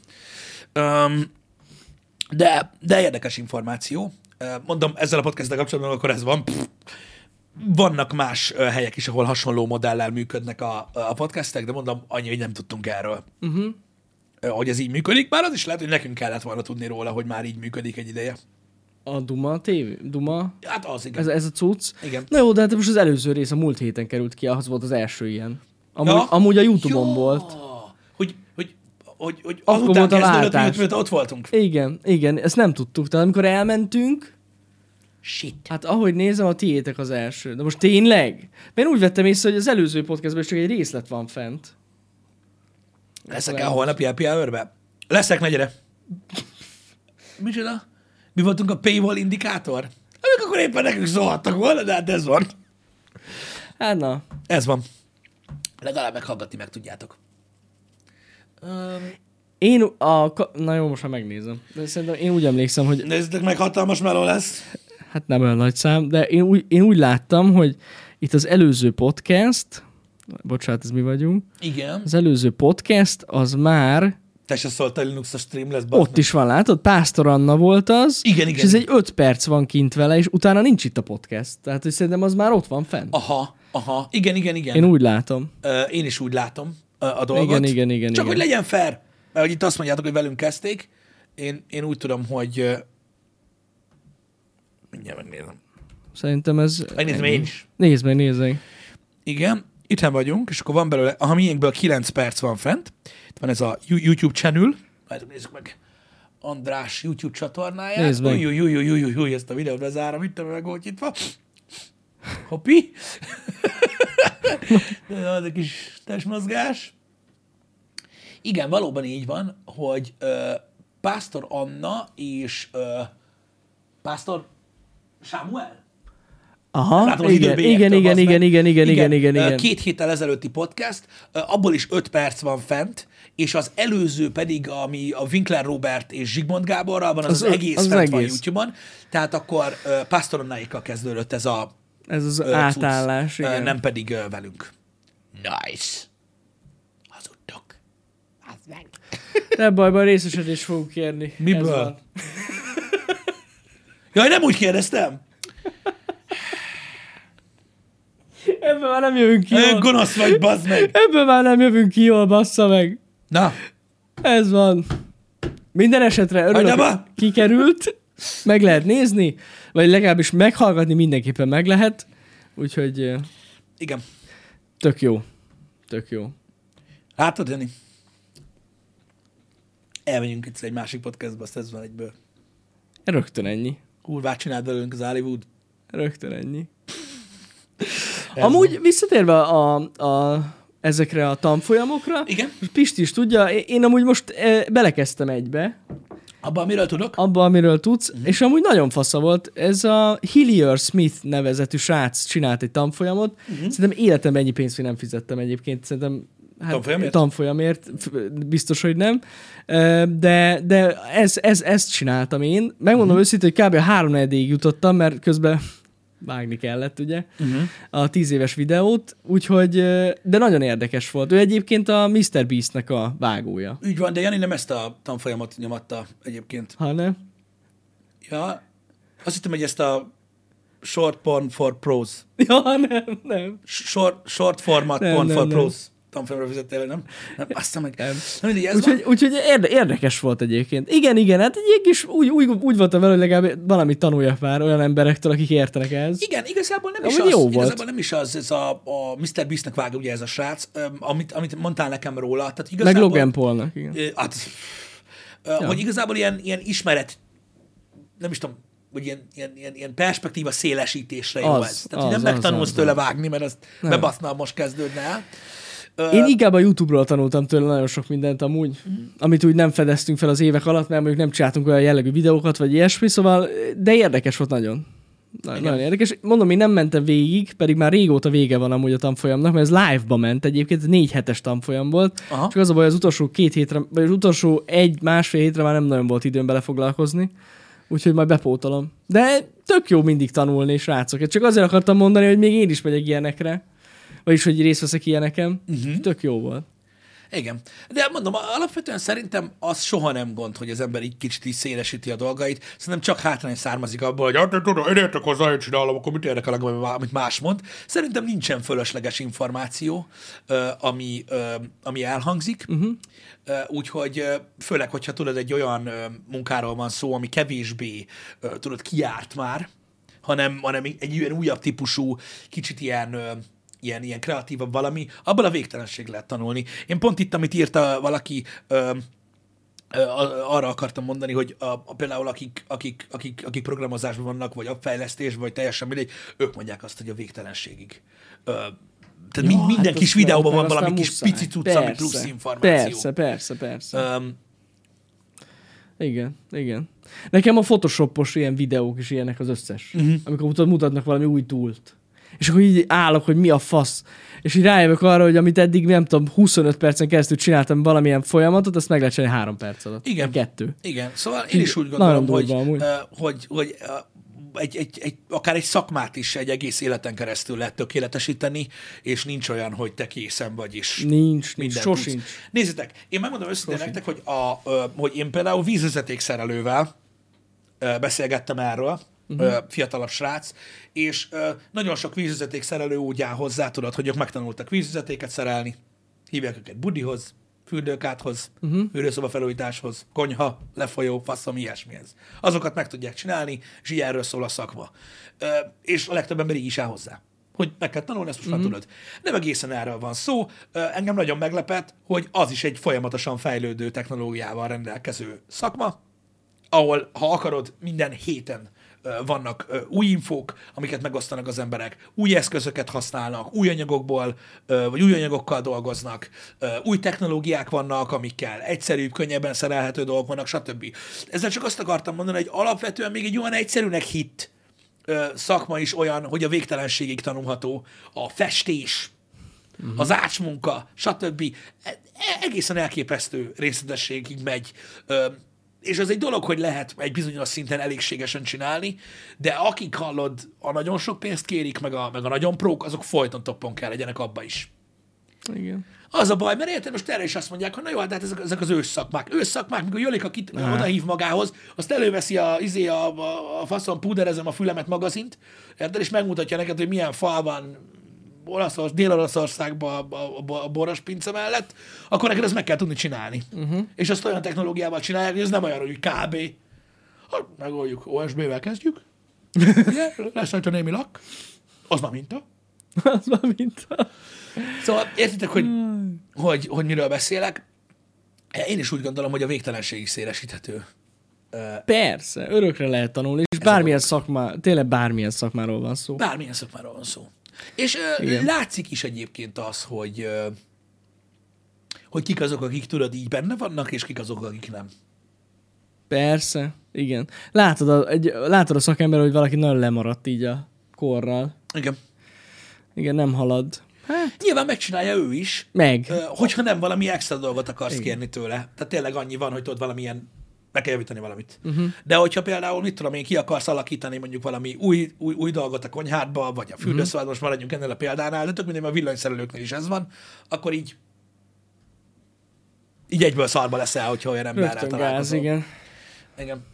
De érdekes információ. Mondom, ezzel a podcasttel kapcsolatban akkor ez van. Vannak más helyek is, ahol hasonló modellel működnek a podcastek, de mondom, annyi, hogy nem tudtunk erről. Hogy ez így működik. Bár az is lehet, hogy nekünk kellett volna tudni róla, hogy már így működik egy ideje. A Duma TV? Duma? Hát az, igen. Ez a cucc? Igen. Na jó, de hát most az előző rész a múlt héten került ki, az volt az első ilyen. Amúgy a YouTube-on volt. Hogy azután kezdődött, mióta ott voltunk. Igen, ezt nem tudtuk. Tehát amikor elmentünk, shit. Hát ahogy nézem, a tiétek az első. De most tényleg? Mert én úgy vettem észre, hogy az előző podcastban csak egy részlet van fent. Leszek-e a holnapi happy hour-be? Leszek, ne gyere. Micsoda? Mi voltunk a paywall indikátor? Amik akkor éppen nekünk szólhattak volna, de hát ez van. Hát na. Ez van. Legalább meghallgatni meg tudjátok. Na jó, most már megnézem. De szerintem én úgy emlékszem, hogy... Nézzétek meg, hatalmas meló lesz. Hát nem olyan nagy szám, de én úgy láttam, hogy itt az előző podcast, bocsánat, ez mi vagyunk. Igen. Az előző podcast, az már... Te se szóltál, Linux a stream lesz. Ott is van, látod? Pásztor Anna volt az. Igen. És ez egy 5 perc van kint vele, és utána nincs itt a podcast. Tehát, hogy szerintem az már ott van fenn. Aha. Igen. Én úgy látom. Én is úgy látom a dolgot. Igen. Csak hogy legyen fair. Mert hogy itt azt mondjátok, hogy velünk kezdték. Én úgy tudom, hogy... Mindjárt megnézem. Szerintem ez... Megnézem én is. Nézd meg. Igen, itthon vagyunk, és akkor van belőle, a miénkből 9 perc van fent. Itt van ez a YouTube channel. Várjátok, nézzük meg. András YouTube csatornáját. Nézd meg. Új, ezt a videót bezárom, itt megolcsítva. Hoppi. Az egy kis testmozgás. Igen, valóban így van, hogy Pásztor Anna és Pásztor Sámuel? Aha, látom, igen. 2 héttel ezelőtti podcast, abból is 5 perc van fent, és az előző pedig, ami a Winkler Robert és Zsigmond Gáborral van, az egész fent van YouTube-on. Tehát akkor Pásztor Annáékkal kezdődött ez az átállás, igen. Nem pedig velünk. Nice. Hazudtok. Az meg. De bajban részesedést fogunk kérni. Miből? Jaj, nem úgy kérdeztem. Ebből már nem jövünk ki jól. Gonosz vagy, bazd meg. Ebből már nem jövünk ki jól, bassza meg. Na. Ez van. Minden esetre örülök, kikerült. Meg lehet nézni, vagy legalábbis meghallgatni mindenképpen meg lehet. Úgyhogy... Igen. Tök jó. Látod, Jani? Elmegyünk itt egy másik podcastba, azt ez van egyből. Rögtön ennyi. Kurvát csinált belőlünk az Hollywood. Rögtön ennyi. Amúgy visszatérve ezekre a tanfolyamokra, igen? Pisti is tudja, én amúgy most belekezdtem egybe. Abba, amiről tudok? Abba, amiről tudsz, és amúgy nagyon fasza volt. Ez a Hillier Smith nevezetű srác csinált egy tanfolyamot. Szerintem életemben ennyi pénzt nem fizettem egyébként. Szerintem tanfolyamért? Biztos, hogy nem. De ezt csináltam én. Megmondom őszintén, hogy kb. 3-4-ig jutottam, mert közben vágni kellett, ugye, a 10 éves videót, úgyhogy, de nagyon érdekes volt. Ő egyébként a Mr. Beast-nek a vágója. Úgy van, de Jani nem ezt a tanfolyamot nyomatta egyébként. Ha nem? Ja, azt hittem, hogy ezt a Short Porn for Pros. Ja, nem. Short Format Porn for Pros. Tanfolyamra fizettél, nem? Aztán meg... Nem. Úgyhogy érdekes volt egyébként. Igen, hát egy kis úgy voltam vele, hogy legalább valamit tanuljak már olyan emberektől, akik értenek ehhez. Igen, igazából nem is az ez a Mr. Beast-nek vágja ugye ez a srác, amit mondtál nekem róla. Tehát igazából, meg Logan Paulnak, igen. Hogy igazából ilyen ismeret, nem is tudom, hogy ilyen perspektíva szélesítésre jó ez. Tehát nem megtanulsz tőle vágni, mert azt bebasznál, most kezdődne el. Én inkább a YouTube-ról tanultam tőle nagyon sok mindent amúgy, amit úgy nem fedeztünk fel az évek alatt, mert mondjuk nem csináltunk olyan jellegű videókat, vagy ilyesmi, szóval, de érdekes volt nagyon. Nagyon érdekes. Mondom, én nem mentem végig, pedig már régóta vége van amúgy a tanfolyamnak, mert ez live-ba ment egyébként, ez 4 hetes tanfolyam volt, csak az a baj, az utolsó 2 hétre, vagy az utolsó 1-1,5 hétre már nem nagyon volt időm belefoglalkozni, úgyhogy majd bepótolom. De tök jó mindig tanulni, srácok. Csak azért akartam mondani, hogy még én is megyek ilyenekre. Vagyis, hogy részt veszek ilyeneken. Tök jó volt. Igen. De mondom, alapvetően szerintem az soha nem gond, hogy az ember így kicsit így szélesíti a dolgait. Szerintem csak hátrány származik abból, hogy hát tudom, én értek hozzá, hogy csinálom, akkor mit érdekel, amit más mond. Szerintem nincsen fölösleges információ, ami elhangzik. Úgyhogy főleg, hogyha tudod, egy olyan munkáról van szó, ami kevésbé tudod, kijárt már, hanem egy ilyen újabb típusú, kicsit ilyen kreatívabb valami, abban a végtelenség lehet tanulni. Én pont itt, amit írta valaki, arra akartam mondani, hogy például akik programozásban vannak, vagy appfejlesztés, vagy teljesen mindegy, ők mondják azt, hogy a végtelenségig. Tehát minden hát kis videóban van valami kis pici cucc, ami plusz információ. Persze. Igen. Nekem a Photoshopos ilyen videók is ilyenek az összes. Amikor mutatnak valami új túlt. És akkor így állok, hogy mi a fasz. És így rájövök arra, hogy amit eddig, nem tudom, 25 percen keresztül csináltam valamilyen folyamatot, azt meg lehet csinálni 3 perc alatt. Igen. 2. Igen. Szóval én is úgy gondolom, hogy akár egy szakmát is egy egész életen keresztül lehet tökéletesíteni, és nincs olyan, hogy te készen vagy is. Nincs, sosincs. Nézzétek, én megmondom őszintén nektek, hogy én például vízvezetékszerelővel beszélgettem erről, fiatalabb srác, és nagyon sok vízvezetékszerelő úgy áll hozzá, tudod, hogy ők megtanultak vízvezetéket szerelni, hívják őket budihoz, fürdőkádhoz, fürdőszobafelújításhoz, konyha, lefolyó, faszom, ilyesmihez. Azokat meg tudják csinálni, és így erről szól a szakma. És a legtöbb ember így is áll hozzá. Hogy meg kell tanulni, ezt most már tudod. Nem egészen erről van szó. Engem nagyon meglepett, hogy az is egy folyamatosan fejlődő technológiával rendelkező szakma, ahol, ha akarod, minden héten vannak új infók, amiket megosztanak az emberek, új eszközöket használnak, új anyagokból, vagy új anyagokkal dolgoznak, új technológiák vannak, amikkel egyszerűbb, könnyebben szerelhető dolgok vannak, stb. Ezzel csak azt akartam mondani, hogy alapvetően még egy olyan egyszerűnek hitt szakma is olyan, hogy a végtelenségig tanulható, a festés, az ácsmunka, stb. Egészen elképesztő részletességig megy. És az egy dolog, hogy lehet egy bizonyos szinten elégségesen csinálni, de akik hallod, a nagyon sok pénzt kérik, meg a nagyon prók, azok folyton toppon kell legyenek abba is. Igen. Az a baj, mert érted, most erre is azt mondják, hogy na jó, hát ezek az ősszakmák, mikor Jolika odahív magához, azt előveszi a faszon púderezem a fülemet magazint, érted, és megmutatja neked, hogy milyen falban Dél-Olaszországban a borospince mellett, akkor neked ezt meg kell tudni csinálni. És azt olyan technológiával csinálják, hogy ez nem olyan, hogy kb. Ha megoldjuk, OSB-vel kezdjük, ugye? Lesz rajta némi lak, az már minta. Szóval értitek, hogy miről beszélek? Én is úgy gondolom, hogy a végtelenségig szélesíthető Persze, örökre lehet tanulni, és bármilyen szakma, tényleg bármilyen szakmáról van szó. Bármilyen szakmáról van szó. És látszik is egyébként az, hogy kik azok, akik tudod így benne vannak, és kik azok, akik nem. Persze, igen. Látod a szakember, hogy valaki nagyon lemaradt így a korral. Igen. Igen, nem halad. Hát, nyilván megcsinálja ő is, hogyha nem valami extra dolgot akarsz kérni tőle. Tehát tényleg annyi van, hogy tudod valamilyen, meg kell javítani valamit. De hogyha például, mit tudom én, ki akarsz alakítani mondjuk valami új dolgot a konyhádba, vagy a fürdőszobában, most maradjunk ennél a példánál, de tök mindegy, a villanyszerelőknél is ez van, akkor így egyből szarba leszel, hogyha olyan emberrel találkozol. Igen. Igen.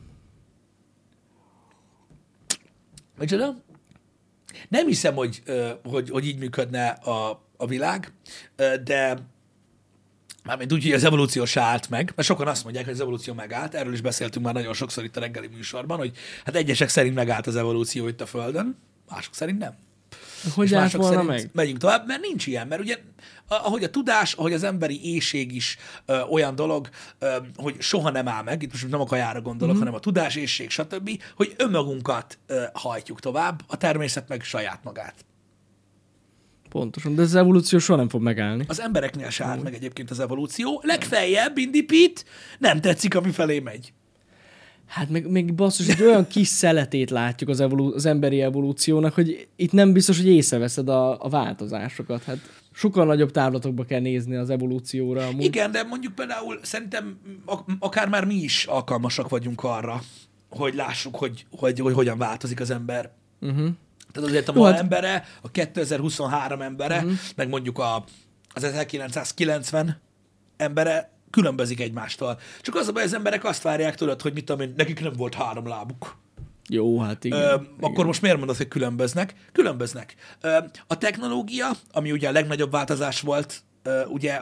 Micsoda? Nem hiszem, hogy így működne a világ, de mármint úgy, hogy az evolúció se állt meg, mert sokan azt mondják, hogy az evolúció megállt, erről is beszéltünk már nagyon sokszor itt a reggeli műsorban, hogy hát egyesek szerint megállt az evolúció itt a Földön, mások szerint nem. Hogy állt volna meg? Megyünk tovább, mert nincs ilyen, mert ugye ahogy a tudás, ahogy az emberi éhség is olyan dolog, hogy soha nem áll meg, itt most nem a kajára gondolok, hanem a tudás, éhség, stb., hogy önmagunkat hajtjuk tovább, a természet meg saját magát. Pontosan, de az evolúció soha nem fog megállni. Az embereknél se állt meg egyébként az evolúció, legfeljebb indipít, nem tetszik, ami felé megy. Hát még basszus, egy olyan kis szeletét látjuk az emberi evolúciónak, hogy itt nem biztos, hogy észreveszed a változásokat. Hát sokkal nagyobb távlatokba kell nézni az evolúcióra. Amúgy. Igen, de mondjuk például szerintem akár már mi is alkalmasak vagyunk arra, hogy lássuk, hogy hogyan változik az ember. Tehát azért a ma embere, a 2023 embere, meg mondjuk az 1990 embere különbözik egymástól. Csak az a baj, az emberek azt várják tőled, hogy mit tudom én, nekik nem volt 3 lábuk. Jó, hát igen. Akkor most miért mondod, hogy különböznek? Különböznek. A technológia, ami ugye a legnagyobb változás volt ugye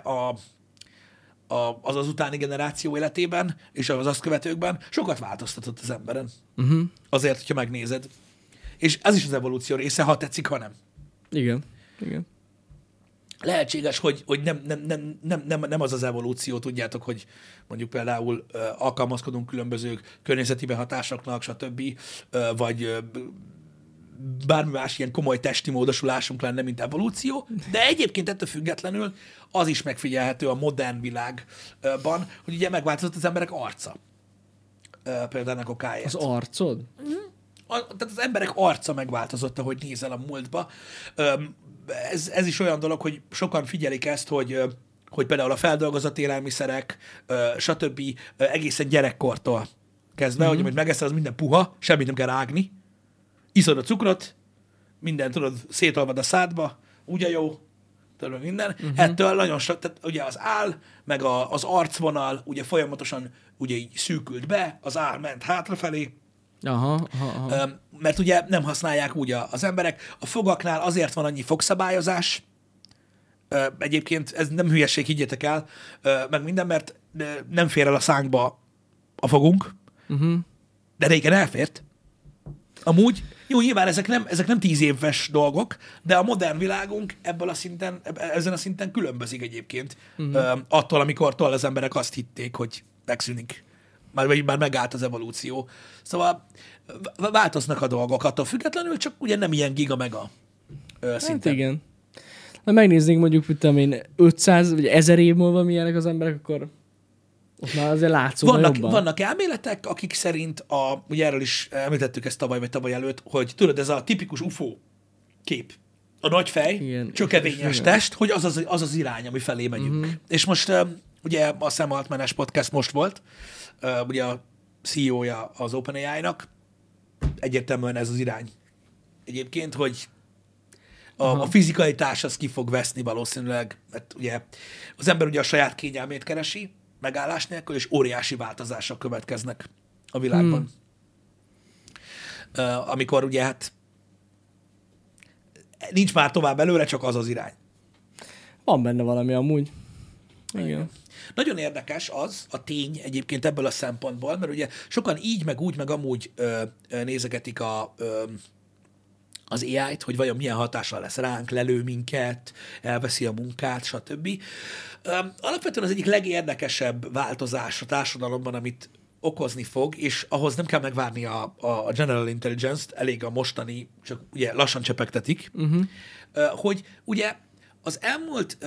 az utáni generáció életében, és az azt követőkben, sokat változtatott az emberen. Azért, hogyha megnézed. És ez is az evolúció része, ha tetszik, ha nem. Igen. Lehetséges, hogy nem az evolúció, tudjátok, hogy mondjuk például alkalmazkodunk különböző környezeti behatásoknak, stb., vagy bármi más ilyen komoly testi módosulásunk lenne, mint evolúció, de egyébként ettől függetlenül az is megfigyelhető a modern világban, hogy ugye megváltozott az emberek arca. Például ennek okáért. Az arcod? Tehát az emberek arca megváltozott, ahogy nézel a múltba. Ez is olyan dolog, hogy sokan figyelik ezt, hogy például a feldolgozott élelmiszerek, stb. Egészen gyerekkortól kezdve, hogy amit megeszel, az minden puha, semmit nem kell rágni. Iszod a cukrot, minden tudod, szétolvad a szádba, ugye jó, tudod minden. Ettől nagyon sok, tehát ugye az áll, meg az arcvonal ugye folyamatosan ugye így szűkült be, az áll ment hátrafelé, Aha. mert ugye nem használják úgy az emberek. A fogaknál azért van annyi fogszabályozás, egyébként ez nem hülyeség, higgyétek el, meg minden, mert nem fér el a szánkba a fogunk, de régen elfért. Amúgy, jó, nyilván ezek nem 10 éves dolgok, de a modern világunk ezen a szinten különbözik egyébként attól, amikortól az emberek azt hitték, hogy megszűnik. Már megállt az evolúció. Szóval változnak a dolgok attól függetlenül, csak ugye nem ilyen giga-mega szinten. Hát igen. Ha megnéznénk mondjuk, mit tudom én, 500 vagy 1000 év múlva milyenek az emberek, akkor ott már azért látszódna jobban. Vannak elméletek, akik szerint, ugye erről is említettük ezt tavaly vagy tavaly előtt, hogy tudod, ez a tipikus UFO kép. A nagy fej, csökevényes test, hogy az az irány, ami felé megyünk. És most ugye a Sam Altman-es podcast most volt, ugye a CEO-ja az OpenAI-nak, egyértelműen ez az irány. Egyébként, hogy a fizikalitás az ki fog veszni valószínűleg, mert ugye az ember ugye a saját kényelmét keresi, megállás nélkül, és óriási változások következnek a világban. Amikor ugye hát nincs már tovább előre, csak az az irány. Van benne valami amúgy. Igen. Nagyon érdekes az a tény egyébként ebből a szempontból, mert ugye sokan így, meg úgy, meg amúgy nézegetik az AI-t, hogy vajon milyen hatással lesz ránk, lelő minket, elveszi a munkát, stb. Alapvetően az egyik legérdekesebb változás a társadalomban, amit okozni fog, és ahhoz nem kell megvárni a General Intelligence-t, elég a mostani, csak ugye lassan csepegtetik, hogy ugye az elmúlt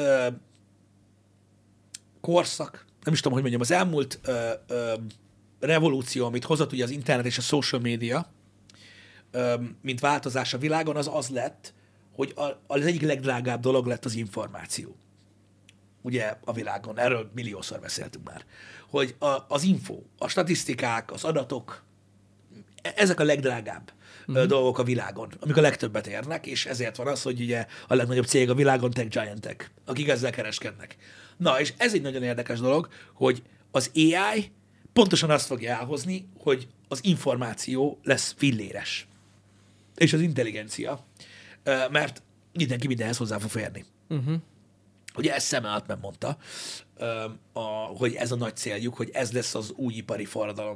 korszak, nem is tudom, hogy mondjam, az elmúlt revolúció, amit hozott ugye az internet és a social media, mint változás a világon, az lett, hogy az egyik legdrágább dolog lett az információ. Ugye a világon, erről milliószor beszéltünk már, hogy az info, a statisztikák, az adatok, ezek a legdrágább dolgok a világon, amik a legtöbbet érnek, és ezért van az, hogy ugye a legnagyobb cég a világon tech giantek, akik ezzel kereskednek. Na, és ez egy nagyon érdekes dolog, hogy az AI pontosan azt fogja elhozni, hogy az információ lesz filléres. És az intelligencia, mert mindenki mindenhez hozzá fog férni. Ugye ezt Sam Altman mondta, hogy ez a nagy céljuk, hogy ez lesz az új ipari forradalom.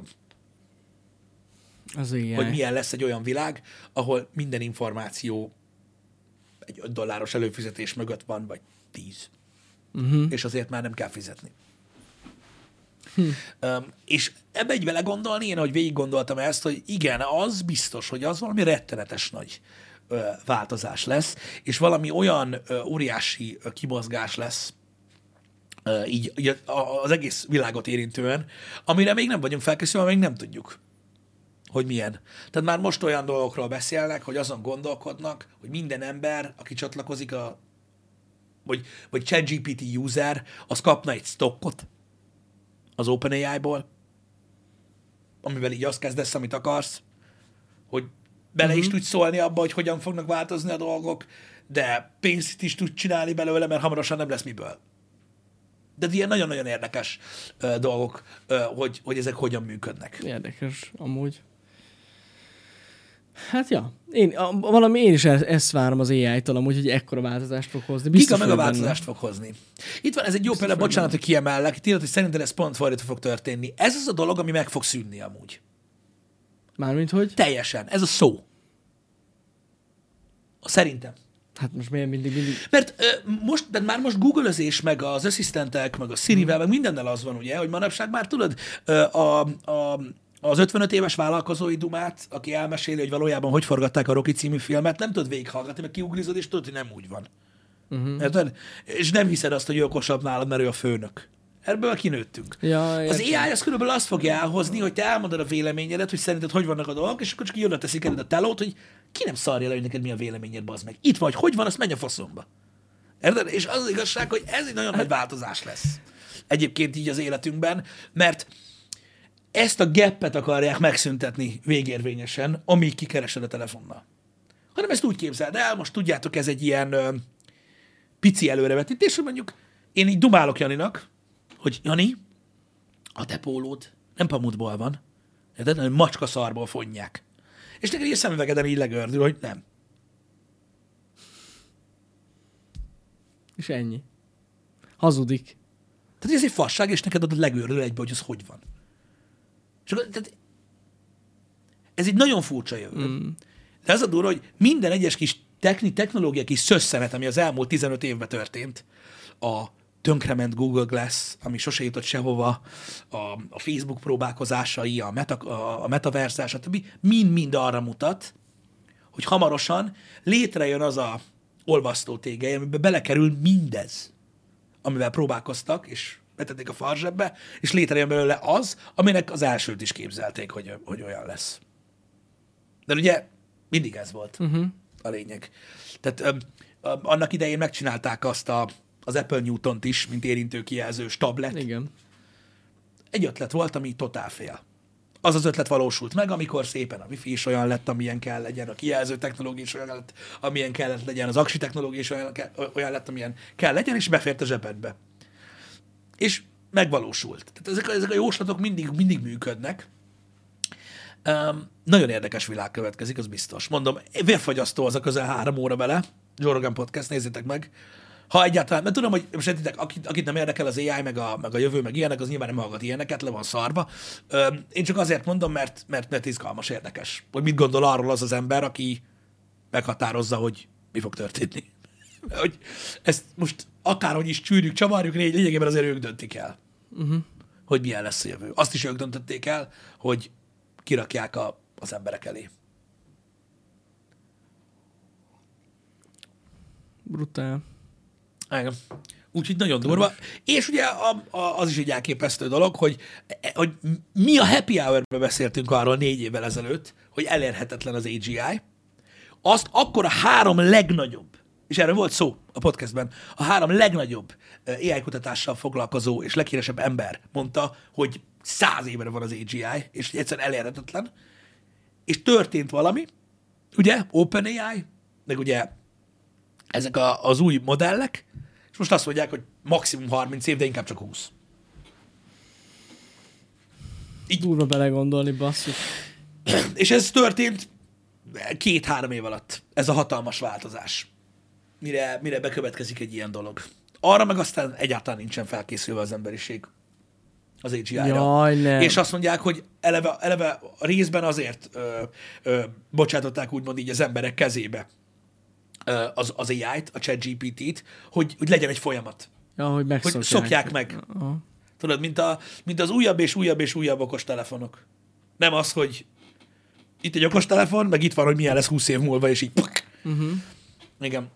Az AI. Hogy milyen lesz egy olyan világ, ahol minden információ egy $5 előfizetés mögött van, vagy 10. És azért már nem kell fizetni. És ebbe egy vele gondolni, én ahogy végig gondoltam ezt, hogy igen, az biztos, hogy az valami rettenetes nagy változás lesz, és valami olyan óriási kimozgás lesz így az egész világot érintően, amire még nem vagyunk felkészülve, még nem tudjuk, hogy milyen. Tehát már most olyan dolgokról beszélnek, hogy azon gondolkodnak, hogy minden ember, aki csatlakozik vagy ChatGPT user, az kapna egy stockot az OpenAI-ból, amivel így azt kezdesz, amit akarsz, hogy bele is tudsz szólni abba, hogy hogyan fognak változni a dolgok, de pénzt is tudsz csinálni belőle, mert hamarosan nem lesz miből. De ilyen nagyon-nagyon érdekes dolgok, hogy ezek hogyan működnek. Érdekes, amúgy. Hát ja, én is ezt várom az AI-tól amúgy, hogy ekkora változást fog hozni. Giga meg a változást fog hozni. Itt van, ez egy jó példa, bocsánat, hogy kiemellek, itt írott, hogy szerinted ez pont fordítva fog történni. Ez az a dolog, ami meg fog szűnni amúgy. Mármint hogy? Teljesen. Ez a szó. Szerintem. Hát most miért mindig... Mert már most Google-özés, meg az asszisztentek, meg a Siri-vel, meg mindennel az van, ugye, hogy manapság már tudod, az 55 éves vállalkozói dumát, aki elmeséli, hogy valójában hogy forgatták a Rocky című filmet, nem tudod végighallgatni, mert kiuglizod, és tudod, hogy nem úgy van. Érted? És nem hiszed azt, hogy ő okosabb nálad, mert ő a főnök. Ebből kinőttünk. Ja, az AI az körülbelül azt fogja elhozni, hogy te elmondod a véleményedet, hogy szerinted hogy vannak a dolgok, és akkor csak jönne teszik eled a telót, hogy ki nem szarja le, hogy neked mi a véleményed, bazd meg. Itt vagy, hogy van, azt menj a faszomba. Érted? És az igazság, hogy ez egy nagyon nagy változás lesz. Egyébként így az életünkben, mert ezt a gappet akarják megszüntetni végérvényesen, amíg kikeresed a telefonnal. Hanem ezt úgy képzeld el, most tudjátok, ez egy ilyen pici előrevetítés, hogy mondjuk én így dumálok Janinak, hogy Jani, a te pólód nem pamutból van, de hanem macskaszarból fonják. És neked így szemüvegeden így legördül, hogy nem. És ennyi. Hazudik. Tehát ez egy fasság, és neked ad legördül egybe, hogy az hogy van. És akkor, tehát ez egy nagyon furcsa jövő. De az a durva, hogy minden egyes kis technológia kis szösszenet, ami az elmúlt 15 évben történt, a tönkrement Google Glass, ami sose jutott sehova, a Facebook próbálkozásai, a metaverzás, stb. Mind arra mutat, hogy hamarosan létrejön az a olvasztó tégely, amiben belekerül mindez, amivel próbálkoztak, és betették a farzsebbe, és létrejön belőle az, aminek az elsőt is képzelték, hogy olyan lesz. De ugye mindig ez volt a lényeg. Tehát annak idején megcsinálták azt az Apple Newton-t is, mint érintő kijelzős tablet. Igen. Egy ötlet volt, ami totál fél. Az ötlet valósult meg, amikor szépen a Wi-Fi is olyan lett, amilyen kell legyen, a kijelző technológia is olyan lett, amilyen kellett legyen, az aksi technológia is olyan lett, amilyen kell legyen, és befért a zsebedbe. És megvalósult. Tehát ezek a jóslatok mindig működnek. Nagyon érdekes világ következik, az biztos. Mondom, vérfagyasztó az a közel 3 óra bele. Joe Rogan Podcast, nézzétek meg. Ha egyáltalán, mert tudom, hogy most értitek, akit nem érdekel az AI, meg a jövő, meg ilyenek, az nyilván nem hallgat ilyeneket, le van szarva. Én csak azért mondom, mert izgalmas, érdekes. Hogy mit gondol arról az ember, aki meghatározza, hogy mi fog történni. Hogy ezt most akárhogy is csűrjük, csavarjuk, lényegében azért ők döntik el. hogy milyen lesz a jövő. Azt is ők döntötték el, hogy kirakják az emberek elé. Brutál. Igen. Úgyhogy nagyon durva. És ugye az is egy elképesztő dolog, hogy mi a happy hour-ben beszéltünk arról 4 évvel ezelőtt, hogy elérhetetlen az AGI. Azt akkor a 3 legnagyobb, és erről volt szó a podcastben, a 3 legnagyobb AI kutatással foglalkozó és leghíresebb ember mondta, hogy 100 évre van az AGI, és egyszerűen elérhetetlen. És történt valami, ugye, OpenAI, meg ugye ezek az új modellek, és most azt mondják, hogy maximum 30 év, de inkább csak 20. Így. Durva belegondolni, basszus. És ez történt 2-3 év alatt, ez a hatalmas változás, mire bekövetkezik egy ilyen dolog. Arra meg aztán egyáltalán nincsen felkészülve az emberiség az AGI-ra. Jaj, nem. És azt mondják, hogy eleve a részben azért bocsátották úgymond így az emberek kezébe az AI-t, a ChatGPT-t, hogy legyen egy folyamat. Ja, hogy szokják meg. Aha. Tudod, mint az újabb és újabb és újabb okostelefonok. Nem az, hogy itt egy okostelefon, meg itt van, hogy milyen lesz 20 év múlva, és így Igen.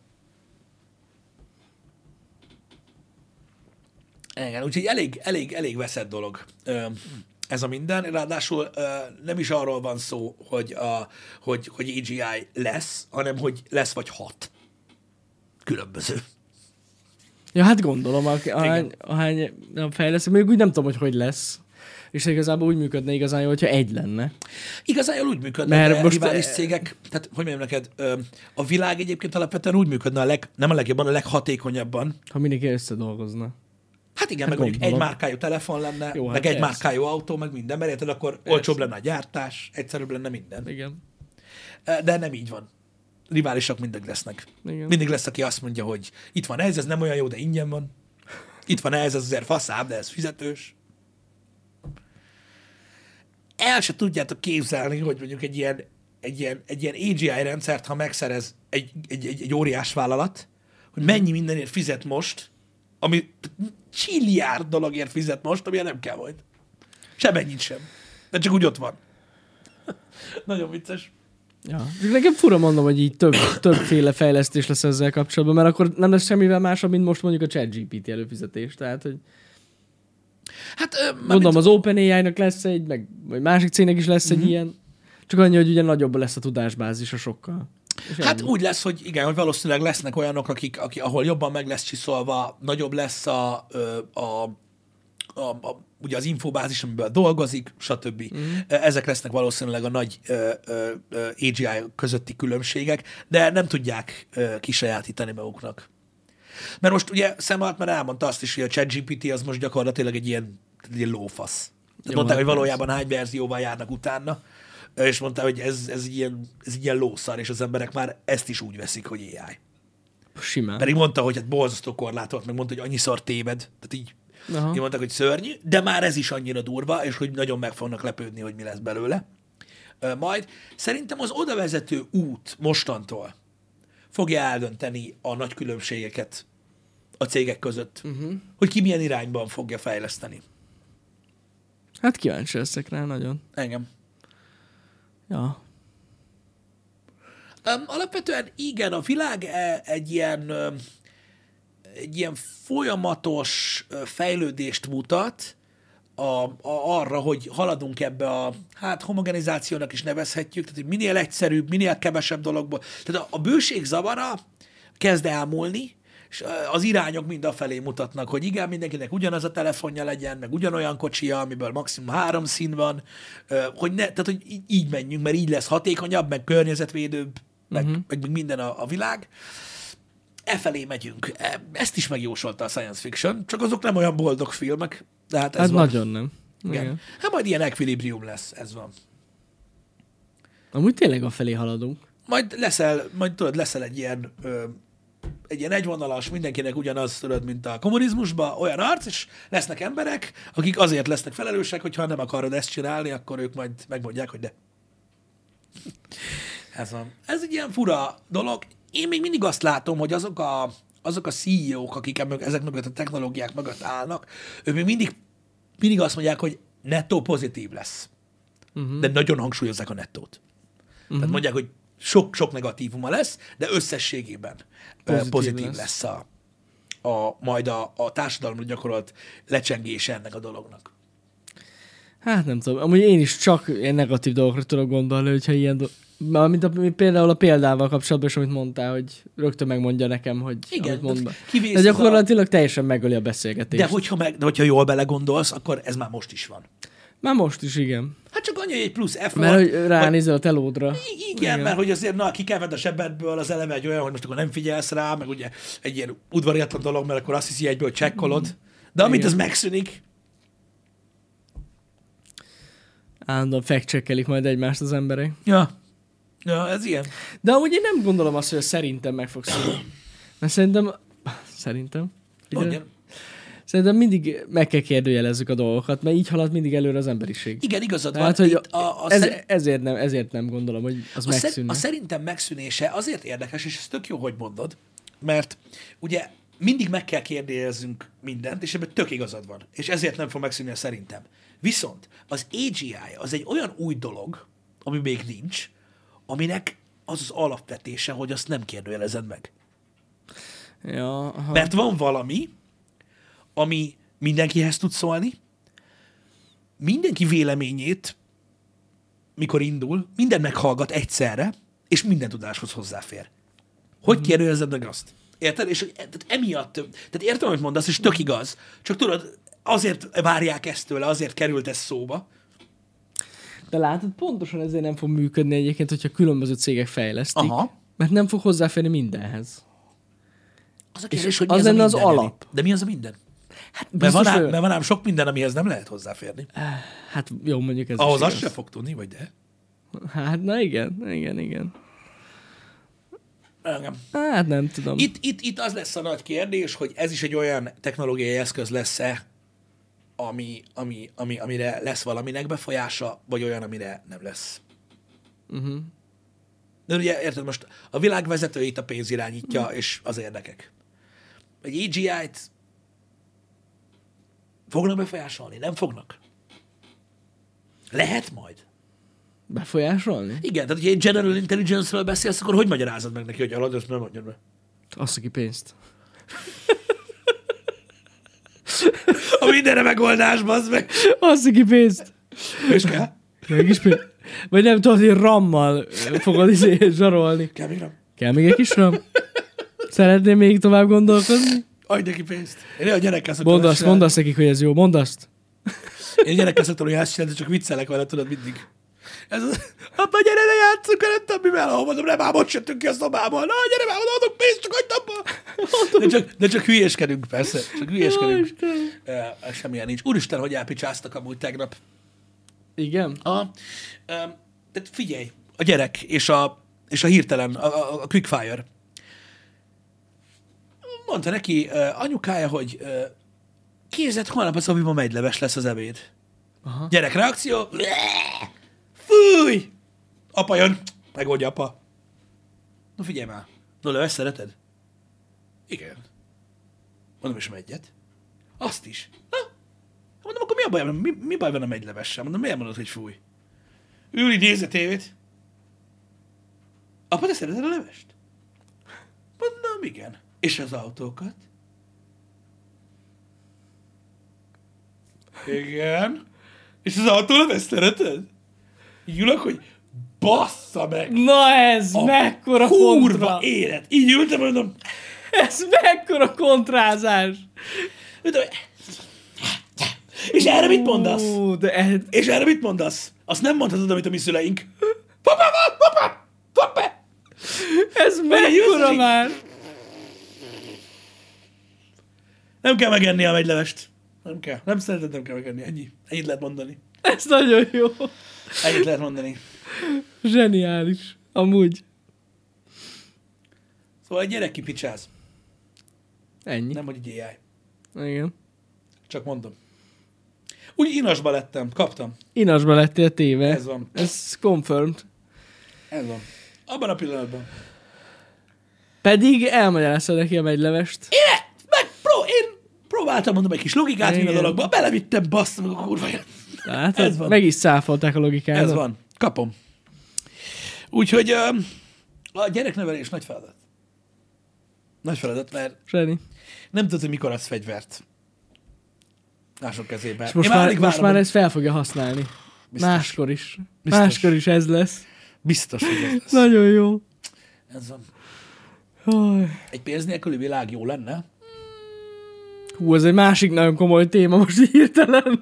Igen, úgyhogy elég veszett dolog ez a minden. Ráadásul nem is arról van szó, hogy AGI lesz, hanem hogy lesz vagy 6. Különböző. Ja, hát gondolom, ahány fejlesztő, még úgy nem tudom, hogy lesz. És igazából úgy működne igazán jó, hogyha egy lenne. Igazán úgy működne, mert most rivális cégek, tehát hogy mondjam neked, a világ egyébként alapvetően úgy működne nem a legjobban, a leghatékonyabban. Ha mindenki összedolgozna. Hát igen, meg mondjuk egy márkájú telefon lenne, jó, meg egy márkájú autó, meg minden, mert érted, akkor olcsóbb lenne a gyártás, egyszerűbb lenne minden. Igen. De nem így van. Riválisok mindig lesznek. Igen. Mindig lesz, aki azt mondja, hogy itt van ez nem olyan jó, de ingyen van. Itt van ez azért faszább, de ez fizetős. El se tudjátok képzelni, hogy mondjuk egy ilyen AGI rendszert, ha megszerez egy óriás vállalat, hogy mennyi mindenért fizet most, ami csilliárd dologért fizet most, amilyen nem kell majd. Semennyit sem. De csak úgy ott van. Nagyon vicces. Ja. Nekem fura mondom, hogy így többféle fejlesztés lesz ezzel kapcsolatban, mert akkor nem lesz semmivel másabb, mint most mondjuk a ChatGPT előfizetés. Tehát, hogy hát, mondom, az OpenAI-nak lesz vagy másik cégnek is lesz egy ilyen, csak annyi, hogy ugye nagyobb lesz a tudásbázisa sokkal. Hát úgy lesz, hogy igen, hogy valószínűleg lesznek olyanok, ahol jobban meg lesz csiszolva, nagyobb lesz ugye az infobázis, amiben dolgozik, stb. Ezek lesznek valószínűleg a nagy AGI közötti különbségek, de nem tudják kisajátítani maguknak. Mert most ugye Sam Altman elmondta azt is, hogy a ChatGPT az most gyakorlatilag egy ilyen lófasz. Mondták, hogy valójában hány verzióval járnak utána, és mondta, hogy ez egy ilyen lószar, és az emberek már ezt is úgy veszik, hogy AI. Simán. Pedig mondta, hogy hát borzasztó korlátolt, meg mondta, hogy annyiszor téved. Tehát így mondták, hogy szörnyű, de már ez is annyira durva, és hogy nagyon meg fognak lepődni, hogy mi lesz belőle. Majd szerintem az odavezető út mostantól fogja eldönteni a nagy különbségeket a cégek között, hogy ki milyen irányban fogja fejleszteni. Hát kíváncsi leszek rá nagyon. Engem. Ja. Alapvetően igen, a világ egy ilyen folyamatos fejlődést mutat arra, hogy haladunk ebbe a homogenizációnak is nevezhetjük, tehát hogy minél egyszerűbb, minél kevesebb dologból. Tehát a bőség zavara kezd elmúlni, és az irányok mind afelé mutatnak, hogy igen, mindenkinek ugyanaz a telefonja legyen, meg ugyanolyan kocsija, amiből maximum 3 szín van, tehát hogy így menjünk, mert így lesz hatékonyabb, meg környezetvédőbb, meg minden a világ. Efelé megyünk. Ezt is megjósolta a science fiction, csak azok nem olyan boldog filmek, de hát ez van. Nagyon nem. Igen. Hát majd ilyen equilibrium lesz, ez van. Amúgy tényleg afelé haladunk. Majd leszel egy ilyen egyvonalas, mindenkinek ugyanaz, tudod, mint a kommunizmusban, olyan arc, és lesznek emberek, akik azért lesznek felelősek, hogyha nem akarod ezt csinálni, akkor ők majd megmondják, hogy de. Ez van. Ez egy ilyen fura dolog. Én még mindig azt látom, hogy azok a CEO-k, akik ezek mögött a technológiák mögött állnak, ők még mindig mindig azt mondják, hogy nettó pozitív lesz. De nagyon hangsúlyozzák a nettót. Tehát mondják, hogy sok negatívuma lesz, de összességében pozitív lesz majd a társadalomra gyakorolt lecsengése ennek a dolognak. Hát nem tudom. Amúgy én is csak ilyen negatív dolgokra tudok gondolni, hogyha ilyen mint például a példával kapcsolatban is, amit mondtál, hogy rögtön megmondja nekem, hogy igen, amit mond. De gyakorlatilag teljesen megöli a beszélgetést. De hogyha jól belegondolsz, akkor ez már most is van. Már most is, igen. Hát csak annyi, hogy egy plusz F mert hogy ránézel a telódra. Igen, mert hogy azért, kikeved a sebedből, az eleve egy olyan, hogy most akkor nem figyelsz rá, meg ugye egy ilyen udvariatlan dolog, mert akkor azt hiszi egyből, hogy csekkolod. De amit az megszűnik... Állandóan fact-checkelik majd egymást az emberek. Ja, ez ilyen. De amúgy én nem gondolom azt, hogy szerintem meg fog szólni. Mert szerintem... Szerintem mindig meg kell kérdőjelezzük a dolgokat, mert így halad mindig előre az emberiség. Igen, igazad van. Hát, hogy ezért nem gondolom, hogy az megszűnne. A szerintem megszűnése azért érdekes, és ez tök jó, hogy mondod, mert ugye mindig meg kell kérdezzünk mindent, és ebben tök igazad van. És ezért nem fog megszűnni a szerintem. Viszont az AGI az egy olyan új dolog, ami még nincs, aminek az az alapvetése, hogy azt nem kérdőjelezed meg. Ja, aha. Mert van valami, ami mindenkihez tud szólni, mindenki véleményét, mikor indul, minden meghallgat egyszerre, és minden tudáshoz hozzáfér. Hogy kérdőjelezed meg azt? Érted? És tehát emiatt, tehát értem, amit mondasz, és tök igaz, csak tudod, azért várják ezt tőle, azért került ez szóba. De látod, pontosan ezért nem fog működni egyébként, hogyha különböző cégek fejlesztik, aha, mert nem fog hozzáférni mindenhez. Az a kérdés, hogy az lenne az alap. De mi az a minden? Hát mert van ám sok minden, amihez nem lehet hozzáférni. Hát jó, mondjuk ez ahhoz azt sem fog tudni, vagy de? Hát na igen. Engem. Hát nem tudom. Itt az lesz a nagy kérdés, hogy ez is egy olyan technológiai eszköz lesz-e, amire lesz valaminek befolyása, vagy olyan, amire nem lesz. De ugye, érted, most a világ vezetőit a pénz irányítja, és az érdekek. Egy AGI-t fognak befolyásolni? Nem fognak? Lehet majd? Befolyásolni? Igen, tehát hogyha egy General Intelligence-ről beszélsz, akkor hogy magyarázod meg neki, hogy alad, azt nem mondjad be? Azt, aki pénzt. A mindenre megoldás, bazd meg! Azt, aki pénzt. És kell? Meg is pénzt. Vagy nem tudod, hogy rammal fogod zsarolni. Kell még ram? Kell még egy kis ram? Szeretném még tovább gondolkozni? Adj neki pénzt. Én a gyerekkel szoktam mondd azt nekik, hogy ez jó. Mondd azt. Én gyerekkel szoktam, hogy ezt csinálni, csak viccelek vele, tudod, mindig. Ez az, apa, gyere, ne játsszunk, nem tudom, mivel, ahol mondom, nem, most jöttünk ki a szobából. Na, gyere, már adok pénzt, csak hagyd abba. De csak hülyéskedünk, persze. Csak hülyéskedünk. Semmilyen nincs. Úristen, hogy elpicsáztak amúgy tegnap. Igen? Tehát figyelj, a gyerek és a hirtelen, a quickfire. Mondta neki anyukája, hogy képzeld, holnap a szobiban megyleves lesz az ebéd. Aha. Gyerek reakció. Fúj! Apa jön. Megoldja apa. Na figyelj már. No, leves szereted? Igen. Mondom, és egyet. Azt is. Na? Mondom, akkor mi baj van a megylevessel? Mondom, miért mondod, hogy fúj? Ül így, nézze tévét. Apa, te szereted a levest? Mondom, igen. És az autókat? Igen. És az autólevest szereted? Így ülök, hogy bassza meg! Na ez mekkora kontra! Élet! Így ültem, mondom... Ez mekkora kontrázás! És erre mit mondasz? És erre mit mondasz? Azt nem mondhatod, amit a mi szüleink. Papa! Ez mekkora már! Nem kell megenni a megylevest. Nem kell. Nem szereted, nem kell megenni. Ennyi. Ennyit lehet mondani. Ez nagyon jó. Ennyit lehet mondani. Zseniális. Amúgy. Szóval egy gyerek kipicsáz. Ennyi. Nem, hogy egy AI. Igen. Csak mondom. Úgy inasba lettem. Kaptam. Inasba lettél téve. Ez van. Ez confirmed. Ez van. Abban a pillanatban. Pedig elmagyaráztad neki a megylevest. Én Próbáltam, mondom, egy kis logikát vinni a dologba, belevittem, basszom, meg a kurva élet. Hát, Ez van. meg is száfolták a logikádat. Ez van. Kapom. Úgyhogy a gyereknevelés nagy feladat. Nagy feladat, mert Zseni. nem tudod, hogy mikor adsz fegyvert mások kezébe. És most már ezt fel fogja használni. Biztos. Máskor is. Biztos. Máskor is ez lesz. Biztos, hogy ez lesz. Nagyon jó. Ez van. Haj. Egy pénz nélküli világ jó lenne. Hú, ez egy másik nagyon komoly téma most hirtelen.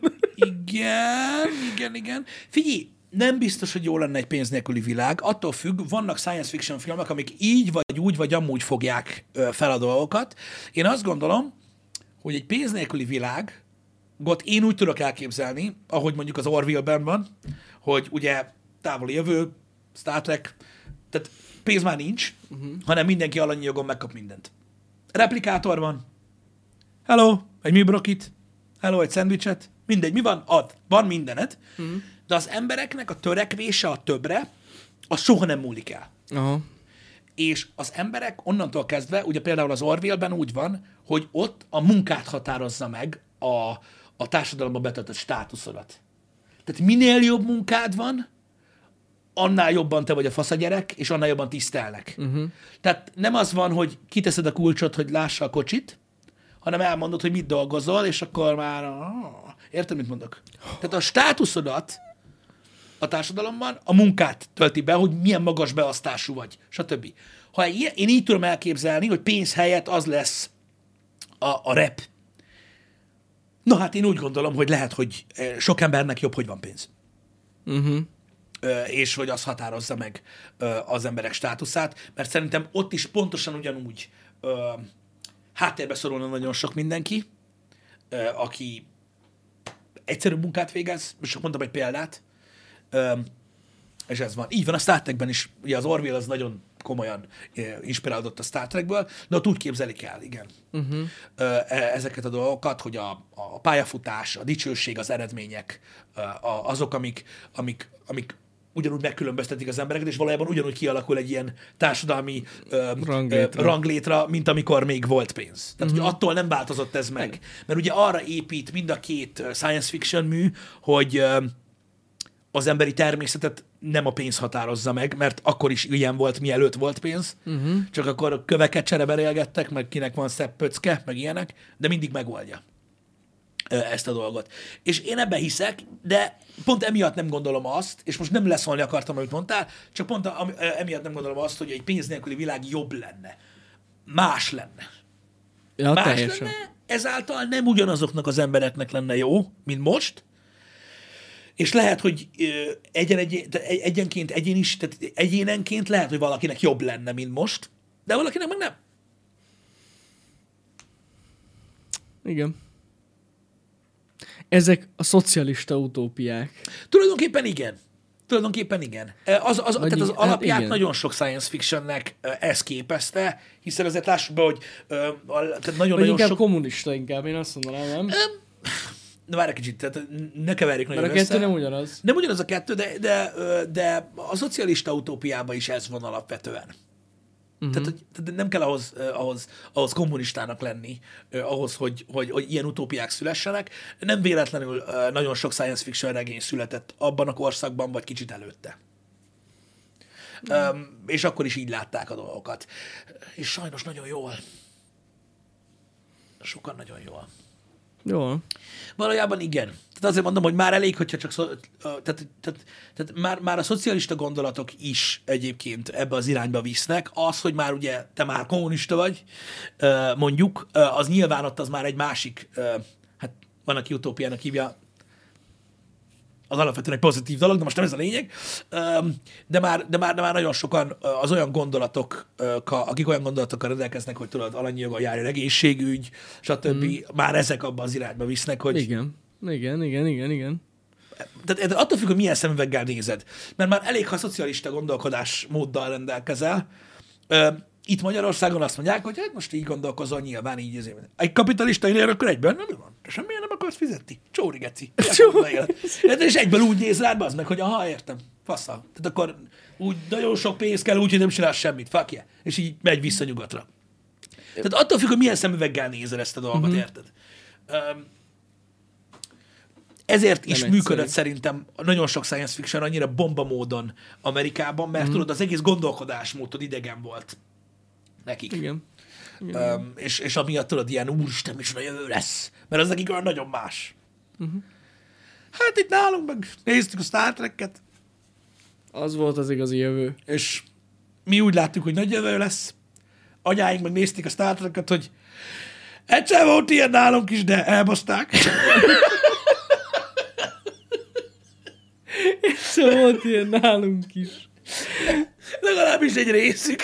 Igen. Figyelj, nem biztos, hogy jó lenne egy pénz nélküli világ. Attól függ, vannak science fiction filmek, amik így, vagy úgy, vagy amúgy fogják fel a dolgokat. Én azt gondolom, hogy egy pénz nélküli világot én úgy tudok elképzelni, ahogy mondjuk az Orville-ben van, hogy ugye távoli jövő, Star Trek, tehát pénz már nincs, hanem mindenki alanyi jogon megkap mindent. Replikátor van, hello, egy műbrokit, hello, egy szendvicset, mindegy, mi van? Ad, van mindened, de az embereknek a törekvése a többre, az soha nem múlik el. Aha. És az emberek onnantól kezdve, ugye például az Orville-ben úgy van, hogy ott a munkát határozza meg a társadalomban betöltött státuszodat. Tehát minél jobb munkád van, annál jobban te vagy a faszagyerek, és annál jobban tisztelnek. Tehát nem az van, hogy kiteszed a kulcsot, hogy lássa a kocsit, hanem elmondod, hogy mit dolgozol, és akkor már... Érted, mit mondok? Tehát a státuszodat a társadalomban a munkát tölti be, hogy milyen magas beosztású vagy, stb. Ha én így tudom elképzelni, hogy pénz helyett az lesz a rep. Na hát én úgy gondolom, hogy lehet, hogy sok embernek jobb, hogy van pénz. És hogy az határozza meg az emberek státuszát, mert szerintem ott is pontosan ugyanúgy háttérbe szorulna nagyon sok mindenki, aki egyszerű munkát végez, most csak mondtam egy példát, és ez van. Így van a Star Trekben is, ugye az Orville az nagyon komolyan inspirálódott a Star Trekből, de ott úgy képzelik el, igen. Ezeket a dolgokat, hogy a pályafutás, a dicsőség, az eredmények, azok, amik ugyanúgy megkülönböztetik az embereket, és valójában ugyanúgy kialakul egy ilyen társadalmi ranglétra, mint amikor még volt pénz. Tehát ugye attól nem változott ez meg. Mert ugye arra épít mind a két science fiction mű, hogy az emberi természetet nem a pénz határozza meg, mert akkor is ilyen volt, mielőtt volt pénz, csak akkor köveket csereberélgettek, meg kinek van szebb pöcke, meg ilyenek, de mindig megoldja ezt a dolgot. És én ebben hiszek, de pont emiatt nem gondolom azt, és most nem leszólni akartam, amit mondtál, csak pont emiatt nem gondolom azt, hogy egy pénz nélküli világ jobb lenne. Más lenne. Ja, Más teljesen. lenne, ezáltal nem ugyanazoknak az embereknek lenne jó, mint most, és lehet, hogy egyenként, tehát egyénenként lehet, hogy valakinek jobb lenne, mint most, de valakinek meg nem. Igen. Ezek a szocialista utópiák. Tulajdonképpen igen. Tehát az alapját igen. nagyon sok science fictionnek ez képezte, hiszen azért lássuk be, hogy tehát Vagy nagyon-nagyon inkább sok... kommunista inkább, én azt mondanám, nem? Na várj egy kicsit, tehát ne keverjük nagyon Mert a össze. kettő nem ugyanaz. Nem ugyanaz a kettő, de a szocialista utópiában is ez van alapvetően. Tehát nem kell ahhoz kommunistának lenni, ahhoz, hogy ilyen utópiák szülessenek. Nem véletlenül nagyon sok science fiction regény született abban a korszakban, vagy kicsit előtte. És akkor is így látták a dolgokat. És sajnos nagyon jól. Sokan nagyon jól. Jó. Valójában igen. Tehát azért mondom, hogy már elég, hogyha csak... Tehát már a szocialista gondolatok is egyébként ebbe az irányba visznek. Az, hogy már ugye te már kommunista vagy, mondjuk, az nyilván ott az már egy másik, hát van, aki utópiának hívja, az alapvetően egy pozitív dolog, de most nem ez a lényeg, de már nagyon sokan az olyan gondolatok, akik olyan gondolatokkal rendelkeznek, hogy tudod, alanyi jogon járjon egészségügy, stb. Már ezek abban az irányba visznek, hogy... Igen. Tehát attól függ, hogy milyen szemüveggel nézed. Mert már elég, ha szocialista gondolkodásmóddal rendelkezel. Itt Magyarországon azt mondják, hogy hát most így gondolkozol, nyilván így ezért. Egy kapitalista élér, akkor egyből nem van. Te semmilyen nem akarsz fizetni. Csóri, geci. És egyből úgy néz rád, az meg, hogy aha, értem. Fasza. Tehát akkor úgy nagyon sok pénz kell, úgyhogy nem csinálsz semmit. Fuck yeah. És így megy vissza nyugatra. Tehát attól függ, hogy milyen szemüveggel nézel ezt a dolgot, érted? Ezért is Nem működött egyszerű. szerintem nagyon sok science fiction annyira bomba módon Amerikában, mert tudod, az egész gondolkodásmódod idegen volt nekik. Igen. És amiatt tudod, ilyen úristen, micsoda jövő lesz. Mert az nekik olyan nagyon más. Hát itt nálunk meg néztük a Star Trek-et, Az volt az igazi jövő. és mi úgy láttuk, hogy nagy jövő lesz. Anyáink meg nézték a Star Trek-et, hogy egyszer volt ilyen nálunk is, de elbaszták. Szóval volt ilyen nálunk is. Legalábbis egy részük.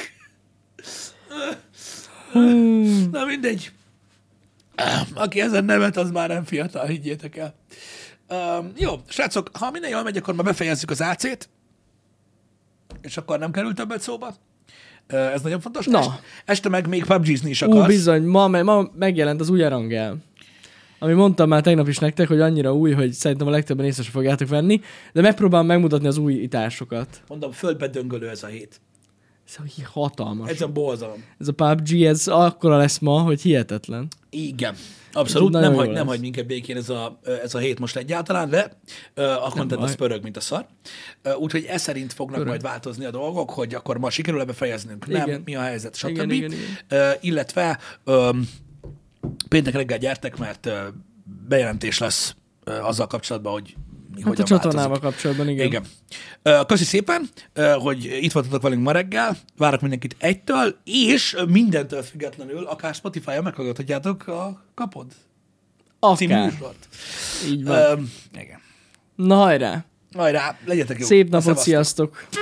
Na mindegy. Aki ezen nevet, az már nem fiatal, higgyétek el. Jó, srácok, ha minden jól megy, akkor már befejezzük az AC-t, és akkor nem kerül többet szóba. Ez nagyon fontos. Na. Este meg még PUBG-zni is akarsz. Bizony, ma megjelent az új Erangel. Ami mondtam már tegnap is nektek, hogy annyira új, hogy szerintem a legtöbben észre sem fogjátok venni, de megpróbálom megmutatni az újításokat. Mondom, földbe döngölő ez a hét. Ez hatalmas. Ez a borzalom. Ez a PUBG, ez akkora lesz ma, hogy hihetetlen. Igen. Abszolút, Ez nem nagyon jó hagy lesz. minket békén ez a hét most egyáltalán, de a content az baj. pörög, mint a szar. Úgyhogy ez szerint fognak majd változni a dolgok, hogy akkor ma sikerül-e befejeznünk, nem, Igen. mi a helyzet, stb. Igen. Illetve péntek reggel gyertek, mert bejelentés lesz azzal kapcsolatban, hogy mi Hát a hogyan csatornával változik. kapcsolatban, igen. Igen. Köszi szépen, hogy itt voltatok velünk ma reggel. Várok mindenkit egytől, és mindentől függetlenül, akár Spotify-on meghallgathatjátok a Kapod című Akár. műsort. Így van. Igen. Na hajrá! Hajrá, legyetek jók. Szép napot, Szevasztok. sziasztok!